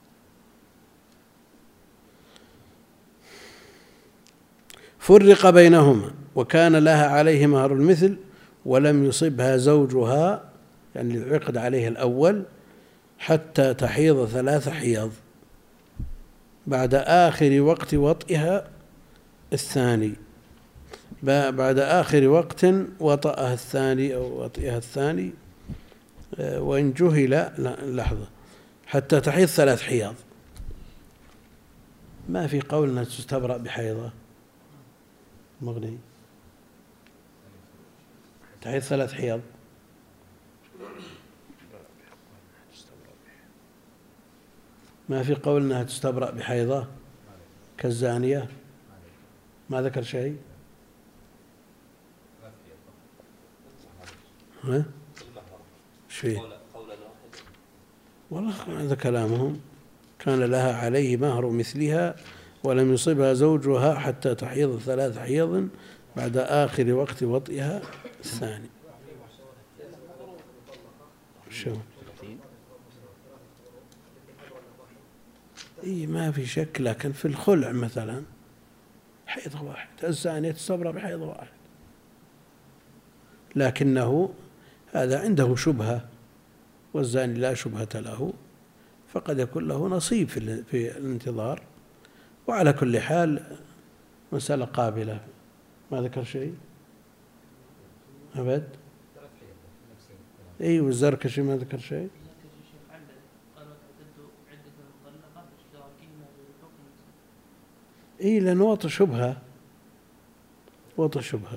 فرق بينهما وكان لها عليه مهر المثل ولم يصبها زوجها، يعني العقد عليه الأول، حتى تحيض 3 حيض بعد آخر وقت وطئها الثاني، بعد آخر وقت وطئها الثاني أو وطئها الثاني، وإن جهل لحظة حتى تحيض 3 حيض. ما في قول أنها تستبرأ بحيضة مغني، تحيض 3 حيض. ما في قول أنها تستبرأ بحيضة كالزانية، ما ذكر شيء. ها؟ ايش فيه؟ والله هذا كلامهم. كان لها عليه مهر مثلها ولم يصبها زوجها حتى تحيض 3 حيض بعد آخر وقت وطئها الثاني. شو؟ إيه ما في شك، لكن في الخلع مثلا حيض واحد، الزانية تستبرأ بحيض واحد، لكنه هذا عنده شبهة والزاني لا شبهة له، فقد يكون له نصيب في الانتظار. وعلى كل حال مسألة قابلة. ما ذكر شيء أبد. أيوة الزركشي ما ذكر شيء. إيه لأنه وطى شبهة، وطى شبهة.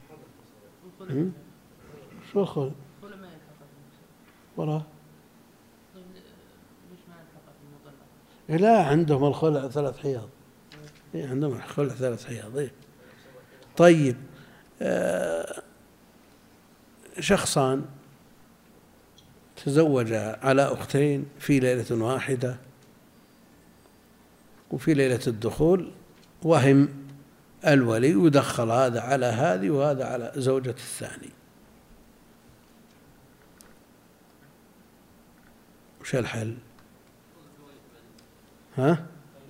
شو الخلع؟ وراه لا عندهم الخلع 3 حيض. إيه عندهم الخلع 3 حيض. إيه طيب شخصان تزوجا على أختين في ليلة واحدة، وفي ليلة الدخول وهم الولي يدخل هذا على هذه وهذا على زوجة الثاني، وش الحل؟ ها؟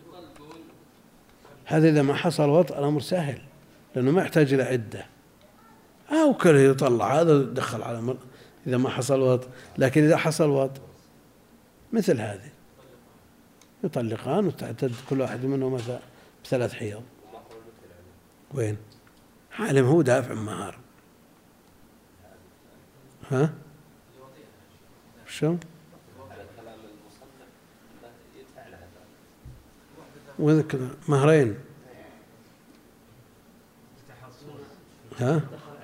هذا إذا ما حصل وطء الأمر سهل، لأنه ما يحتاج إلى عدة، أو كله يطلع هذا يدخل على إذا ما حصل وطء. لكن إذا حصل وطء مثل هذه يطلقان وتعتد كل واحد منهم مثلا ب3 حيض. وين؟ عالم هو دافع مهار. ها؟ شو؟ وذكر مهرين. ها؟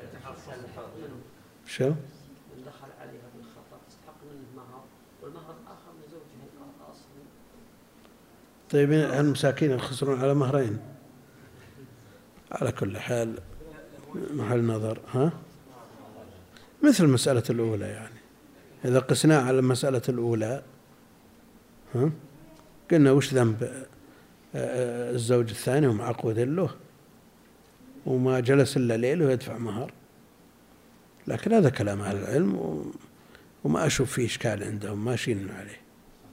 شو؟ من دخل عليها بالخطأ تستحق منه مهر، والمهر الآخر من زوجها الأصل. طيب المساكين يخسرون على مهرين. على كل حال محل نظر. ها؟ مثل المسألة الأولى، يعني إذا قسنا على المسألة الأولى، ها؟ قلنا وش ذنب الزوج الثاني ومعقود له وما جلس إلا ليل ويدفع مهر. لكن هذا كلام أهل العلم وما أشوف فيه إشكال عندهم، ماشيين عليه.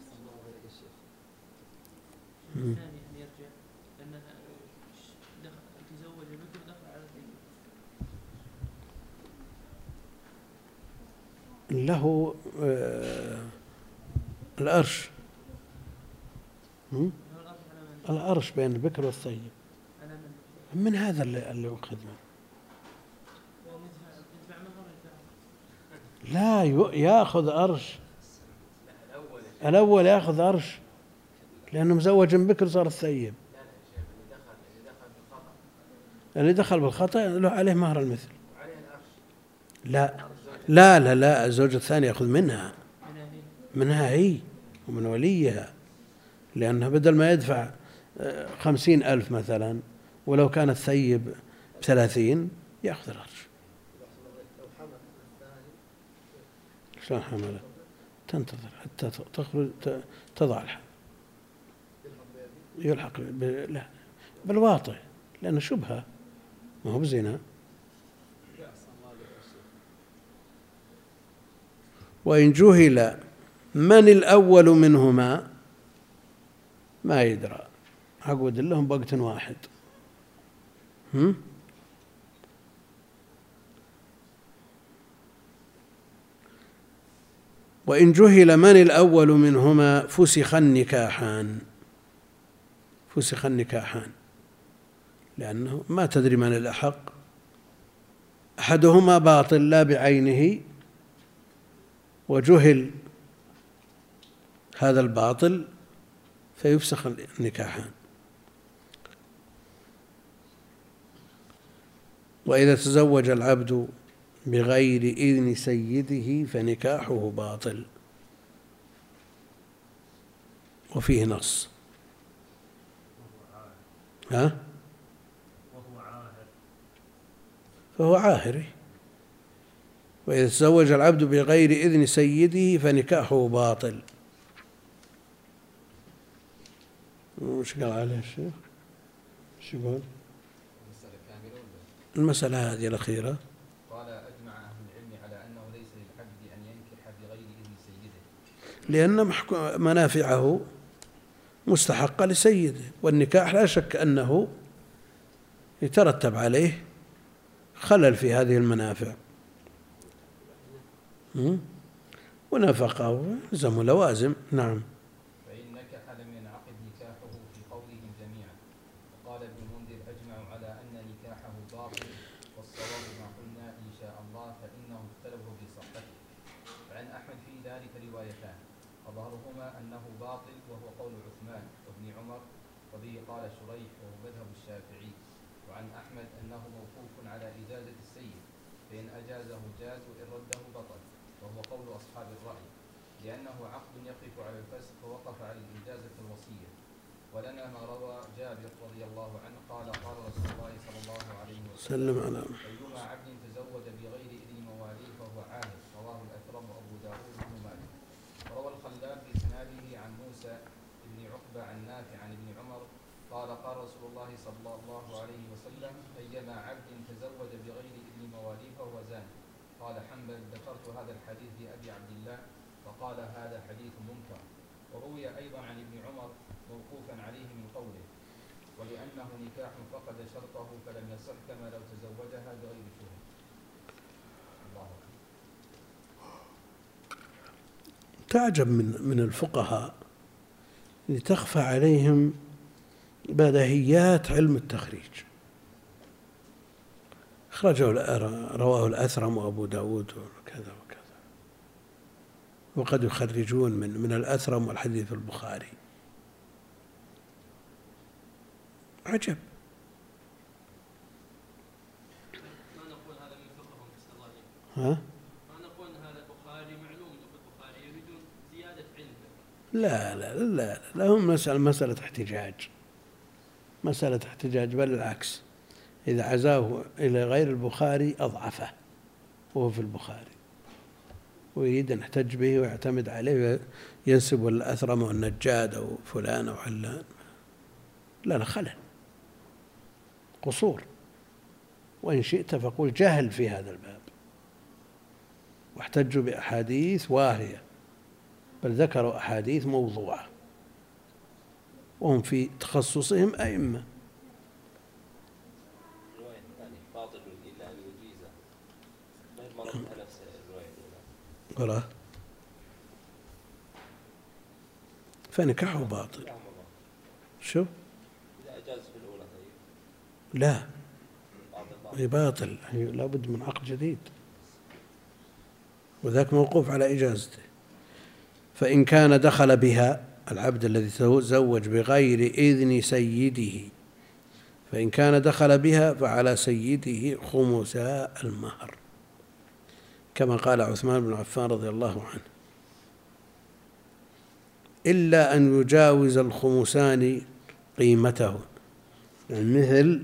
له الأرش، الأرش بين البكر والثيب، من هذا اللي أخذ منه. لا يأخذ أرش، الأول يأخذ أرش لأنه مزوج بكر صار الثيب. اللي دخل بالخطأ له عليه مهر المثل. لا الزوج الثاني يأخذ منها هي ومن وليها، لأنه بدل ما يدفع 50,000 مثلا ولو كان الثيب ب30 يأخذ الأرش. شلون حمله؟ تنتظر حتى تخرج تضع الحد. يلحق لا بالواطئ لأنه شبهة ما هو بزنا. وإن جهل من الأول منهما ما يدرى، عقود لهم بوقت واحد. وإن جهل من الأول منهما فسخ النكاحان، فسخ النكاحان لأنه ما تدري من الأحق، أحدهما باطل لا بعينه وجهل هذا الباطل فيفسخ النكاحان. وإذا تزوج العبد بغير إذن سيده فنكاحه باطل. وفيه نص فهو عاهر. وإذا تزوج العبد بغير إذن سيده فنكاحه باطل. وش قال عليه الشيخ؟ شو يقول؟ المسألة هذه الأخيرة قال أجمع أهل العلم على أنه ليس للعبد أن ينكح بغير إذن سيده لأن منافعه مستحقة لسيده، والنكاح لا شك أنه يترتب عليه خلل في هذه المنافع ونفقه ولزم لوازم. نعم. فإن نكح لم ينعقد نكاحه في قولهم جميعا. وقال ابن المنذر أجمعوا على أن نكاحه باطل، والصواب ما قلنا إن شاء الله فإنهم اختلفوا في صحته. فعن أحمد في ذلك روايتان، أظهرهما أنه باطل وهو قول عثمان وابن عمر، وبه قال شريح وهو مذهب الشافعي. وعن أحمد أنه موقوف على إجازة السيد، فإن أجازه جاز وإن رده بطل، وهو قول أصحاب الرأي، لأنه عقد يقف على الفسق فوقف على الإجازة الوصية. ولنا ما روى جابر رضي الله عنه قال قال رسول الله صلى الله عليه وسلم أيما عبد تزوج بغير إذن مواليه فهو عاهر. رواه الأثرم وأبو داود بن ماجه. وروى الخلال بإسناده عن موسى بن عقبة عن نافع عن ابن عمر قال قال رسول الله صلى الله عليه وسلم أيما عبد تزوج بغير إذن مواليه فهو زاني. قال حنبل ذكرت هذا الحديث لأبي عبد الله فقال هذا حديث منكر. وروي أيضا عن ابن عمر موقوفا عليه من قوله ولأنه نكاح فقد شرطه فلم يصح كما لو تزوجها بغير شهود. الله تعجب من الفقهاء لتخفى عليهم بديهيات علم التخريج. رواه الأثرم وأبو داود وكذا وكذا، وقد يخرجون من الأثرم والحديث في البخاري. عجب. ما نقول هذا من فقههم في الصلاة. ها؟ ما نقول هذا البخاري معلوم انه في البخاري يريدون زيادة علم. لا لا لا لا، هم مسألة احتجاج، مسألة احتجاج، بل العكس، إذا عزاه إلى غير البخاري أضعفه وهو في البخاري، ويريد أن يحتج به ويعتمد عليه وينسب الأثرم والنجاد أو فلان أو علان. لا خلل، قصور، وإن شئت فقل جهل في هذا الباب. واحتجوا بأحاديث واهية، بل ذكروا أحاديث موضوعة، وهم في تخصصهم أئمة. الرواية الثانية باطل إلا أن يجيزه، ما هي مرتها نفس الرواية الأولى. ولا فنكاحه باطل. شو؟ إذا أجاز في الأولى طيب. لا، هي باطل، لابد من عقد جديد، وذاك موقوف على إجازته. فإن كان دخل بها العبد الذي تزوج بغير إذن سيده، فإن كان دخل بها فعلى سيده خمسا المهر، كما قال عثمان بن عفان رضي الله عنه، إلا أن يجاوز الخمسان قيمته، يعني مثل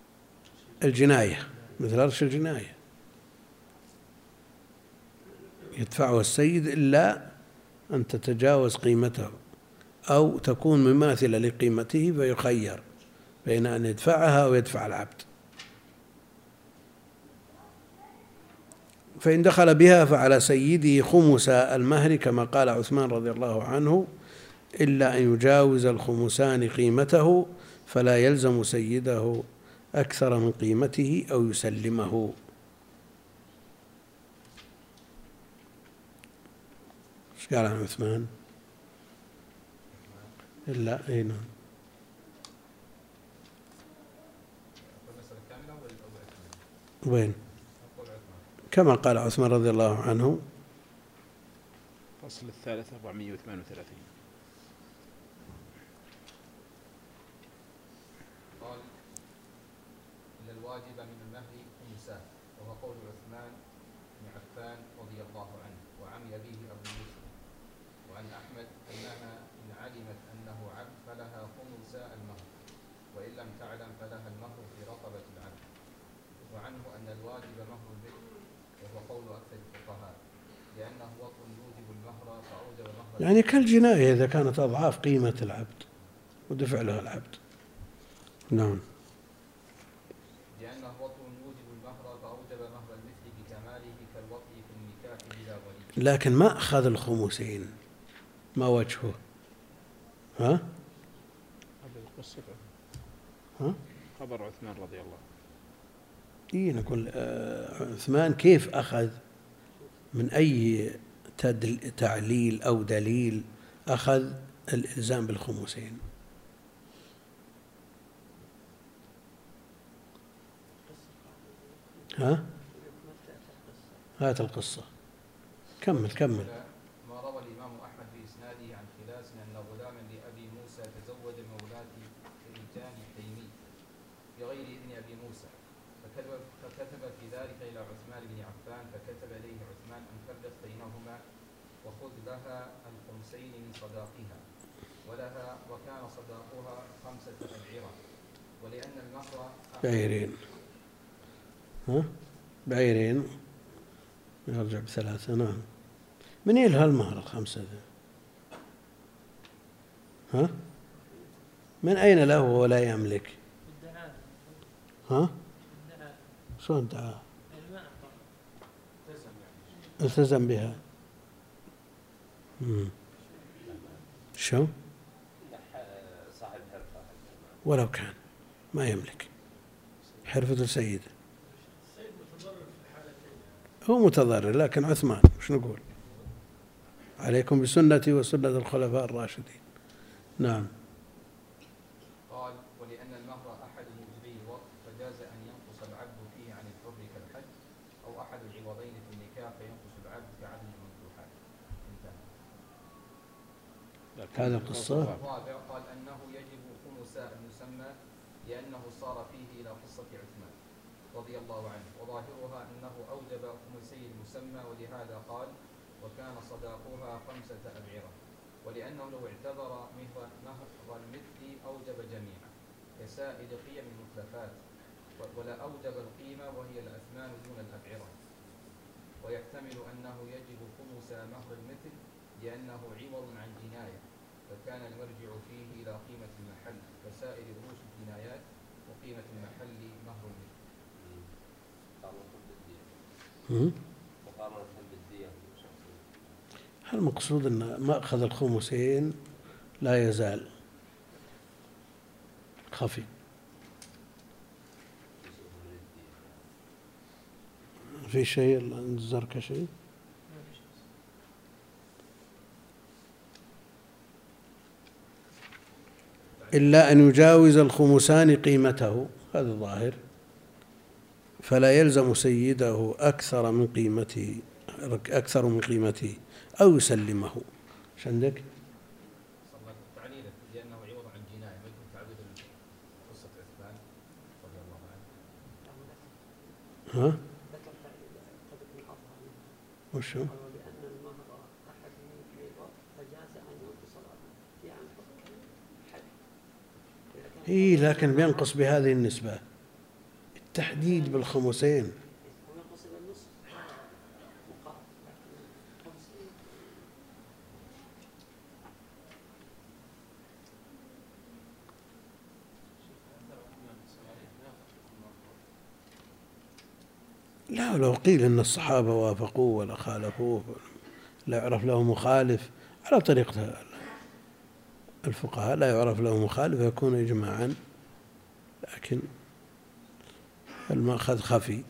الجناية، مثل أرش الجناية، يدفعها السيد إلا أن تتجاوز قيمته أو تكون مماثلة لقيمته، فيخير بين أن يدفعها أو يدفع العبد. فإن دخل بها فعلى سيده خمس المهر كما قال عثمان رضي الله عنه، إلا أن يجاوز الخمسان قيمته فلا يلزم سيده أكثر من قيمته أو يسلمه. ايش قال عن عثمان؟ إلا أي نعم. وين؟ كما قال عثمان رضي الله عنه. الفصل الثالث 438. قال إن الواجب من المهر خمسان، وهو قول عثمان بن عفان رضي الله عنه، وعمل به أبو يوسف. وعن أحمد أنها إن علمت أنه عبد فلها خمس المهر، وإن لم تعلم فلها المهر في رقبة العبد. وعنه أن الواجب مهر البكر، وهو قول أكثر الفقهاء، لأنه وطن يوجب المهر فأوجب مهر يعني كالجناية إذا كانت أضعاف قيمة العبد ودفع لها العبد. نعم. لأنه وطن يوجب المهر فأوجب مهر المثل بكماله كالوطي في النكاح بلا ولي. لكن ما أخذ الخمسين، ما وجهه؟ ها؟ هذا القصة. ها؟ خبر عثمان رضي الله عنه. إيه نقول عثمان كيف أخذ، من أي تعليل أو دليل أخذ الإلزام بالخمسين؟ ها؟ هات القصة، كمل. ما روى الإمام أحمد بإسناده عن خلاس أن غلاما لأبي موسى تزوج مولاة رجال التيمي بغير إذن أبي موسى، فكتب في ذلك إلى عثمان بن عفان، فكتب إليه عثمان أن فرق بينهما وخذ لها الخمسين من صداقها، وكان صداقها 5 أبعرة، ولأن المهر بعيرين. ها؟ بعيرين يرجع ب3. نعم. من يلها المهر 5 ذا؟ ها؟ من أين له ولا يملك؟ ها؟ شلون دعاه؟ التزم بها. شو؟ صاحب حرفة ولو كان ما يملك، حرفة السيد. هو متضرر، لكن عثمان وش نقول؟ عليكم بسنتي وسنة الخلفاء الراشدين. نعم. قال ولأن المهر أحد موجبي الوقت فجاز أن ينقص العبد فيه عن الحر كالحج، أو أحد العوضين في النكاح فينقص العبد كعدد الممدوحات. هذا القصة. الرابع قال أنه يجب خمس المسمى لأنه صار فيه إلى قصة عثمان رضي الله عنه، وظاهرها أنه أوجب خمسي المسمى، ولهذا قال وكان صداقها 5 أبعرة، ولأنه لو اعتبر مهر المثل أوجب جميعا كسائر قيم المتلفات، ولا أوجب القيمة وهي الأثمان دون الأبعرة. ويحتمل أنه يجب خمس مهر المثل لأنه عوض عن جناية، فكان المرجع فيه إلى قيمة المحل كسائر رؤوس الجنايات، وقيمة المحل مهر المثل. مقارنة بالدية. المقصود أن مأخذ الخمسين لا يزال خفي. في شيء الزركشي؟ إلا أن يجاوز الخمسان قيمته، هذا ظاهر، فلا يلزم سيده أكثر من قيمته أو يسلمه. ايش عندك؟ تعليلا لأنه عوض عن جناية، ما يكون تعدد قصة عثمان رضي الله عنه. ها؟ وشو؟ لأن المهر أحد موجبي فجاز أن ينقص في عن حد. إيه لكن بينقص بهذه النسبة، التحديد بالخمسين. لا، لو قيل إن الصحابة وافقوه ولا خالفوه لا يعرف له مخالف على طريقة الفقهاء، لا يعرف له مخالف يكون إجماعا، لكن المأخذ خفي.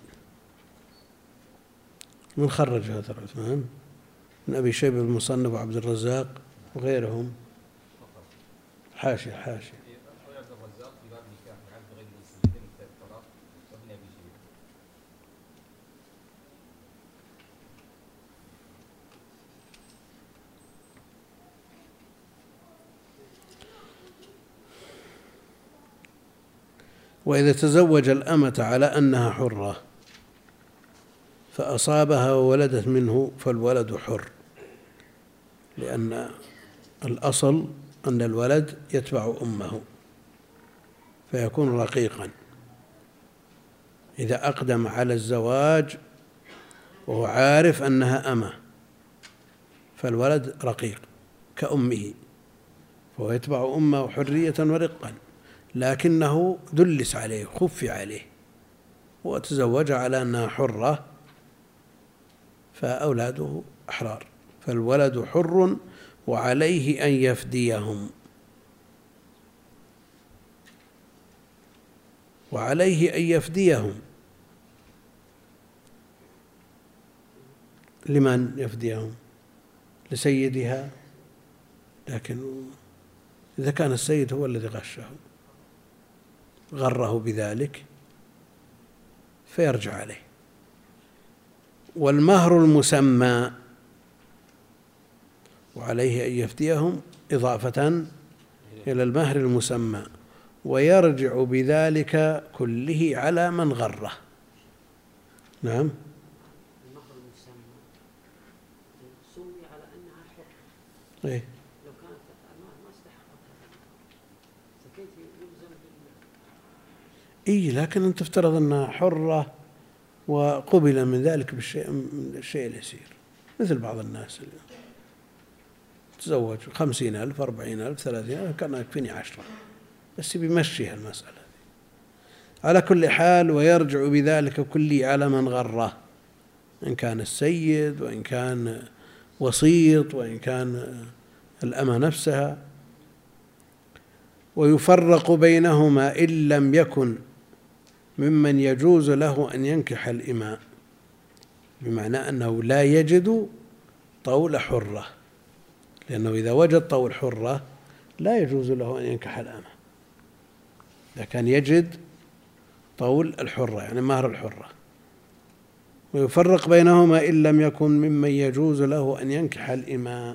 من خرج هذا العثمان؟ من أبي شيبة المصنف وعبد الرزاق وغيرهم. حاشية عبد الرزاق في باب نكاح العبد غير السيدين الطلاق وابن ابي شيبه. وإذا تزوج الأمة على أنها حرة فأصابها وولدت منه فالولد حر، لأن الأصل أن الولد يتبع أمه فيكون رقيقا. إذا أقدم على الزواج وهو عارف أنها أمة فالولد رقيق كأمه، فهو يتبع أمه حرية ورقا، لكنه دلس عليه خفي عليه وتزوج على أنها حرة فأولاده أحرار، فالولد حر وعليه أن يفديهم، وعليه أن يفديهم. لمن يفديهم؟ لسيدها، لكن إذا كان السيد هو الذي غره بذلك فيرجع عليه. والمهر المسمى وعليه أن يفديهم إضافة إلى المهر المسمى، ويرجع بذلك كله على من غره. نعم. المهر المسمى سمي على أنها حر. إيه؟ لو كانت ما استحقت سكيت يلزم إيه، لكن أنت تفترض أنها حرة وقبل من ذلك بالشيء اليسير، مثل بعض الناس اللي تزوج 50,000 40,000 30,000 كان يكفيني 10، بس بيمشيها المسألة دي. على كل حال ويرجع بذلك كله على من غره، إن كان السيد وإن كان وسيط وإن كان الأمة نفسها. ويفرق بينهما إن لم يكن ممن يجوز له أن ينكح الإماء، بمعنى أنه لا يجد طول حرة، لأنه إذا وجد طول حرة لا يجوز له أن ينكح الأمة. إذا كان يجد طول الحرة يعني مهر الحرة. ويفرق بينهما إن لم يكن ممن يجوز له أن ينكح الإماء،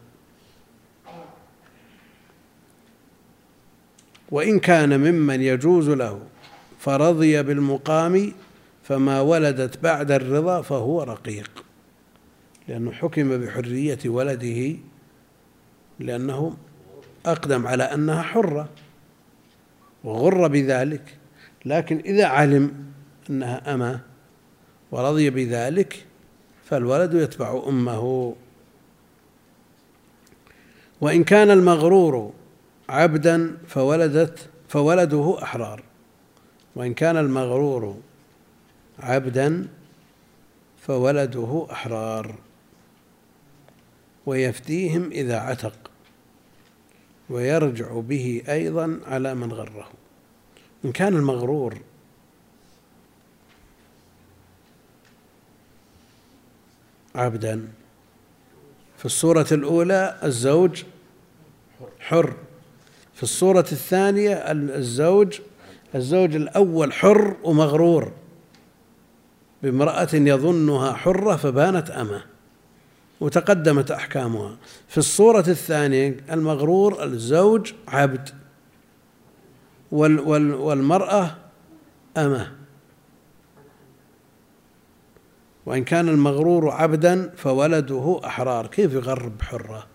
وإن كان ممن يجوز له فرضي بالمقام فما ولدت بعد الرضا فهو رقيق، لأنه حكم بحرية ولده لأنه أقدم على أنها حرة وغر بذلك. لكن إذا علم أنها أمة ورضي بذلك فالولد يتبع أمه. وإن كان المغرور عبدا فولده أحرار، وإن كان المغرور عبدا فولده أحرار، ويفديهم إذا عتق، ويرجع به أيضا على من غره. إن كان المغرور عبدا في الصورة الأولى الزوج حر، في الصورة الثانية الزوج الأول حر ومغرور بامرأة يظنها حرة فبانت أمة وتقدمت أحكامها. في الصورة الثانية المغرور الزوج عبد والمرأة أمة. وإن كان المغرور عبدا فولده أحرار. كيف يغرب حرة؟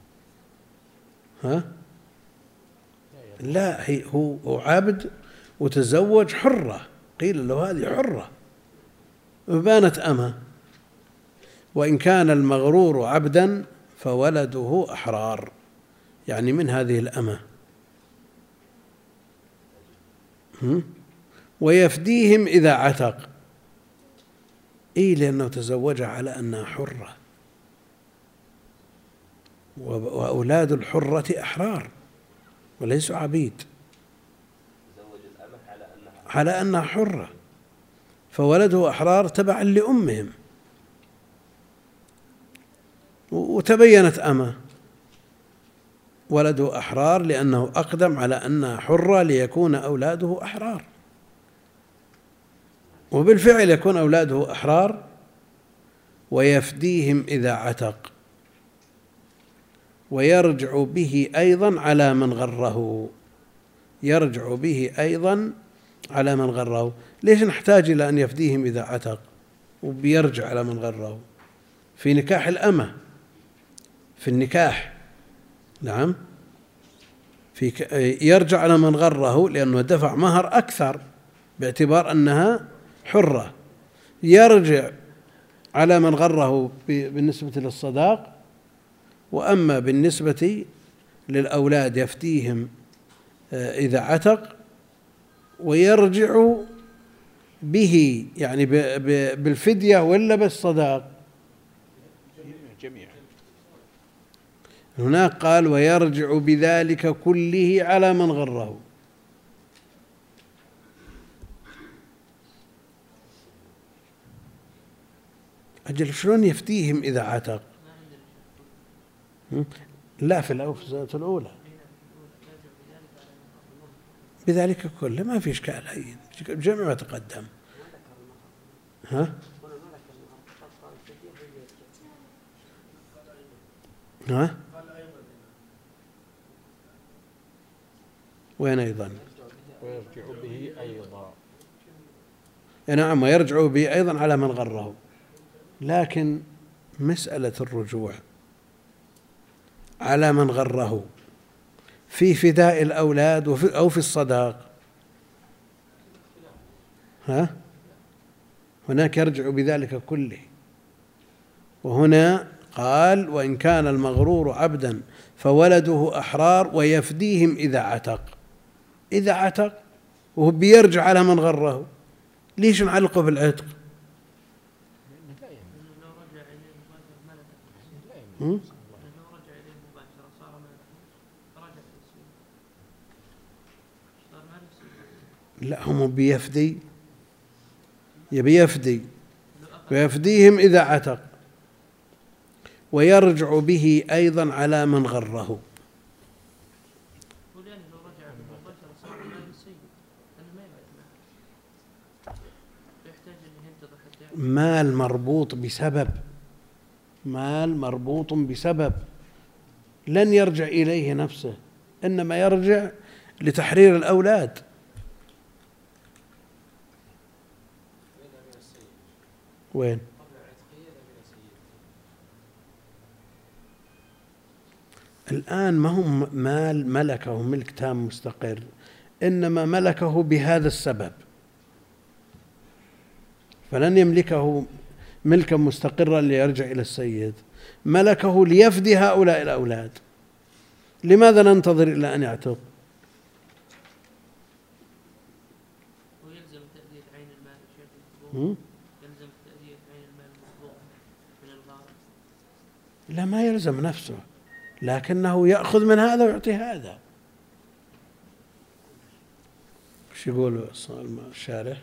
لا، هو عبد وتزوج حرة، قيل له هذه حرة وبانت أمة. وإن كان المغرور عبدا فولده أحرار، يعني من هذه الأمة. ويفديهم إذا عتق، إيه لأنه تزوجها على أنها حرة، وأولاد الحرة أحرار وليسوا عبيد، تزوج الأمة على أنها حرة، فولده أحرار تبعا لأمهم، وتبينت أمة ولده أحرار لأنه أقدم على أنها حرة ليكون أولاده أحرار، وبالفعل يكون أولاده أحرار ويفديهم إذا عتق، ويرجع به أيضا على من غره، يرجع به أيضا على من غره. ليش نحتاج إلى أن يفديهم إذا عتق وبيرجع على من غره؟ في نكاح الأمة، في النكاح، نعم، يرجع على من غره لأنه دفع مهر أكثر باعتبار أنها حرة، يرجع على من غره بالنسبة للصداق، وأما بالنسبة للأولاد يفتيهم إذا عتق، ويرجع به يعني بالفدية ولا بالصداق؟ جميعا. هناك قال ويرجع بذلك كله على من غره. أجل شلون يفتيهم إذا عتق؟ لا في الأوفزة الأولى بذلك كله ما في إشكال، هين جمع ما تقدم. ها؟ ها؟ وين أيضا؟ ويرجع به أيضا. نعم، ويرجع به أيضا على من غره. لكن مسألة الرجوع على من غره في فداء الأولاد أو في الصداق، ها؟ هناك يرجع بذلك كله، وهنا قال وإن كان المغرور عبدا فولده أحرار ويفديهم إذا عتق. إذا عتق وهو بيرجع على من غره، ليش نعلقه بالعتق؟ لا، هم بيفدي، يبي يفدي ويفديهم إذا عتق، ويرجع به أيضا على من غره. مال مربوط بسبب، مال مربوط بسبب لن يرجع إليه نفسه، إنما يرجع لتحرير الأولاد. وين؟ الآن ما هو مال ملكه ملك تام مستقر، إنما ملكه بهذا السبب، فلن يملكه ملكا مستقرا ليرجع إلى السيد، ملكه ليفدي هؤلاء الأولاد. لماذا ننتظر إلى أن يعتق؟ ويلزم تأدية عين المال يلزم تأدية عين المال المطلوب من الغارم. لا، ما يلزم نفسه، لكنه يأخذ من هذا ويعطي هذا. وش يقول الشارح؟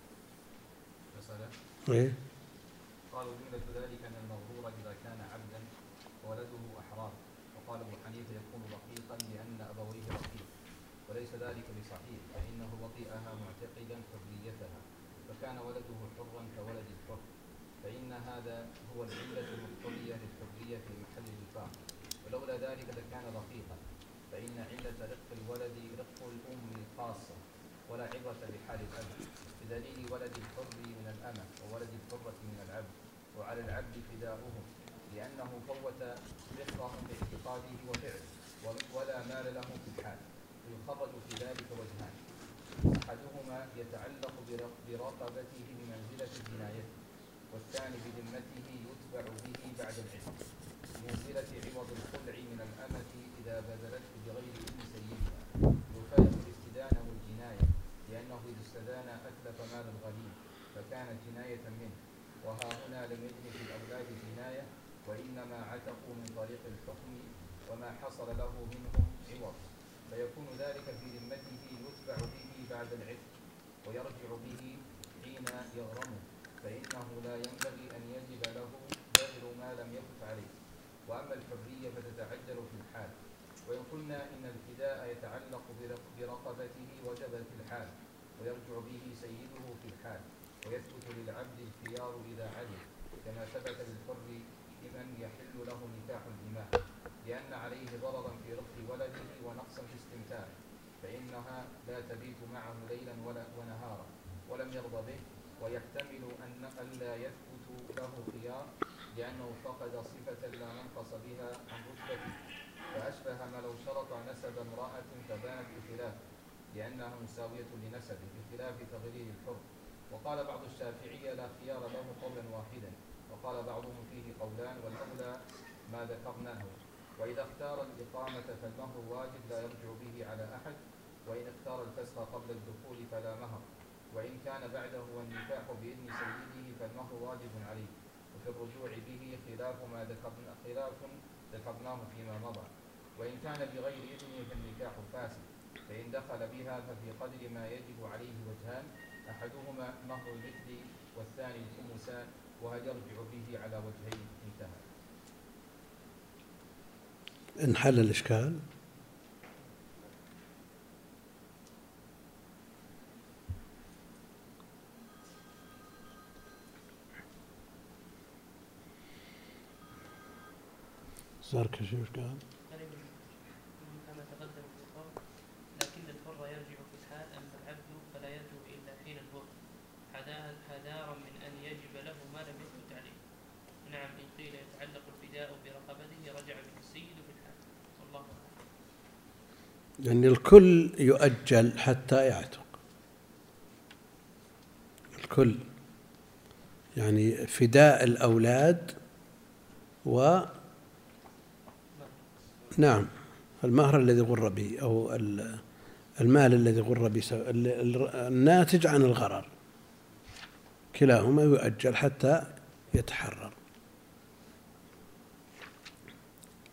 إيه؟ قالوا جملة ذلك أن المغرور إذا كان عبدا وولده أحرار، وقال أبو حنيفة يكون رقيقا لأن أبويه رقيق، وليس ذلك بصحيح، فإنه وطئها معتقدا حريتها، فكان ولده حرا كولد الحر، فإن هذا هو العلة المقتضية للحرية في محل النفاق، ولولا ذلك لكان رقيقا، فإن علة رق الولد رق الأم الخاصة، ولا عبرة بحال الأب، بدليل ولد الحر من الأمة وولد الحرة من العبد، وعلى العبد فداؤهم لأنه فوت رقهم باعتقاده وفعله، ولا مال له في الحال، ويخرج في ذلك وجهان: أحدهما يتعلق برقبته بمنزلة جنايته، والثاني بذمته يتبع به بعد العتق، بمنزلة عوض الخلع من الأمة إذا بذلته بغير إذن سيدها، يفارق الاستدانة والجناية، لأنه إذا استدان أتلف مال الغني فكانت جناية منه، وها من طريق الحكم وما حصل له منهم عوض، فيكون ذلك في ذمته يتبع به بعد العتق ويرجع به حين يغرمه، فإنه لا ينبغي أن يجب له بذل ما لم يفت عليه. وأما الحرية فتتعجل في الحال. وإن قلنا إن الفداء يتعلق برقبته وجب في الحال، ويرجع به سيده في الحال، ويثبت للعبد الخيار إذا علم، كما ثبت للحر لمن يحل له نكاح الإماء، لأن عليه ضررا في رفق ولده ونقصا في استمتاعه، فإنها لا تبيت معه ليلا ونهارا ولم يرضى به، ويحتمل أن ألا يثبت له خيار لأنه فقد صفة لا منقص بها عن رتبته، فأشبه ما لو شرط نسب امرأة فبانت بخلاف لأنها مساوية لنسبه بخلاف تغليل الحر. وقال بعض الشافعية لا خيار له قولا واحدا، وقال بعضهم فيه قولان والأولى ما ذكرناه. وإذا اختار الإقامة فالمهر واجب لا يرجع به على أحد، وإن اختار الفسخ قبل الدخول فلا مهر، وإن كان بعده والنكاح بإذن سيده فالمهر واجب عليه. وفي الرجوع به خلاف ذكرناه فيما مضى. وإن كان بغير إذنه فالنكاح فاسد، فإن دخل بها ففي قدر ما يجب عليه وجهان، أحدهما مهر المثل والثاني الخمسان، وهل يرجع به على وجهين. انتهى. انحل الإشكال. صار كشف إشكال. كما تقدم في القول، لكن الحر يرجع في الحال، أما العبد فلا يرجع إلا حين البر، حذارا من أن يجب له ما لم يثبت عليه. نعم، إن قيل يتعلق الفداء برقبته رجع به السيد في الحال، والله أعلم. يعني الكل يؤجل حتى يعتق، الكل، يعني فداء الأولاد نعم المهر الذي غر به أو المال الذي غر به الناتج عن الغرر، كلاهما يؤجل حتى يتحرر.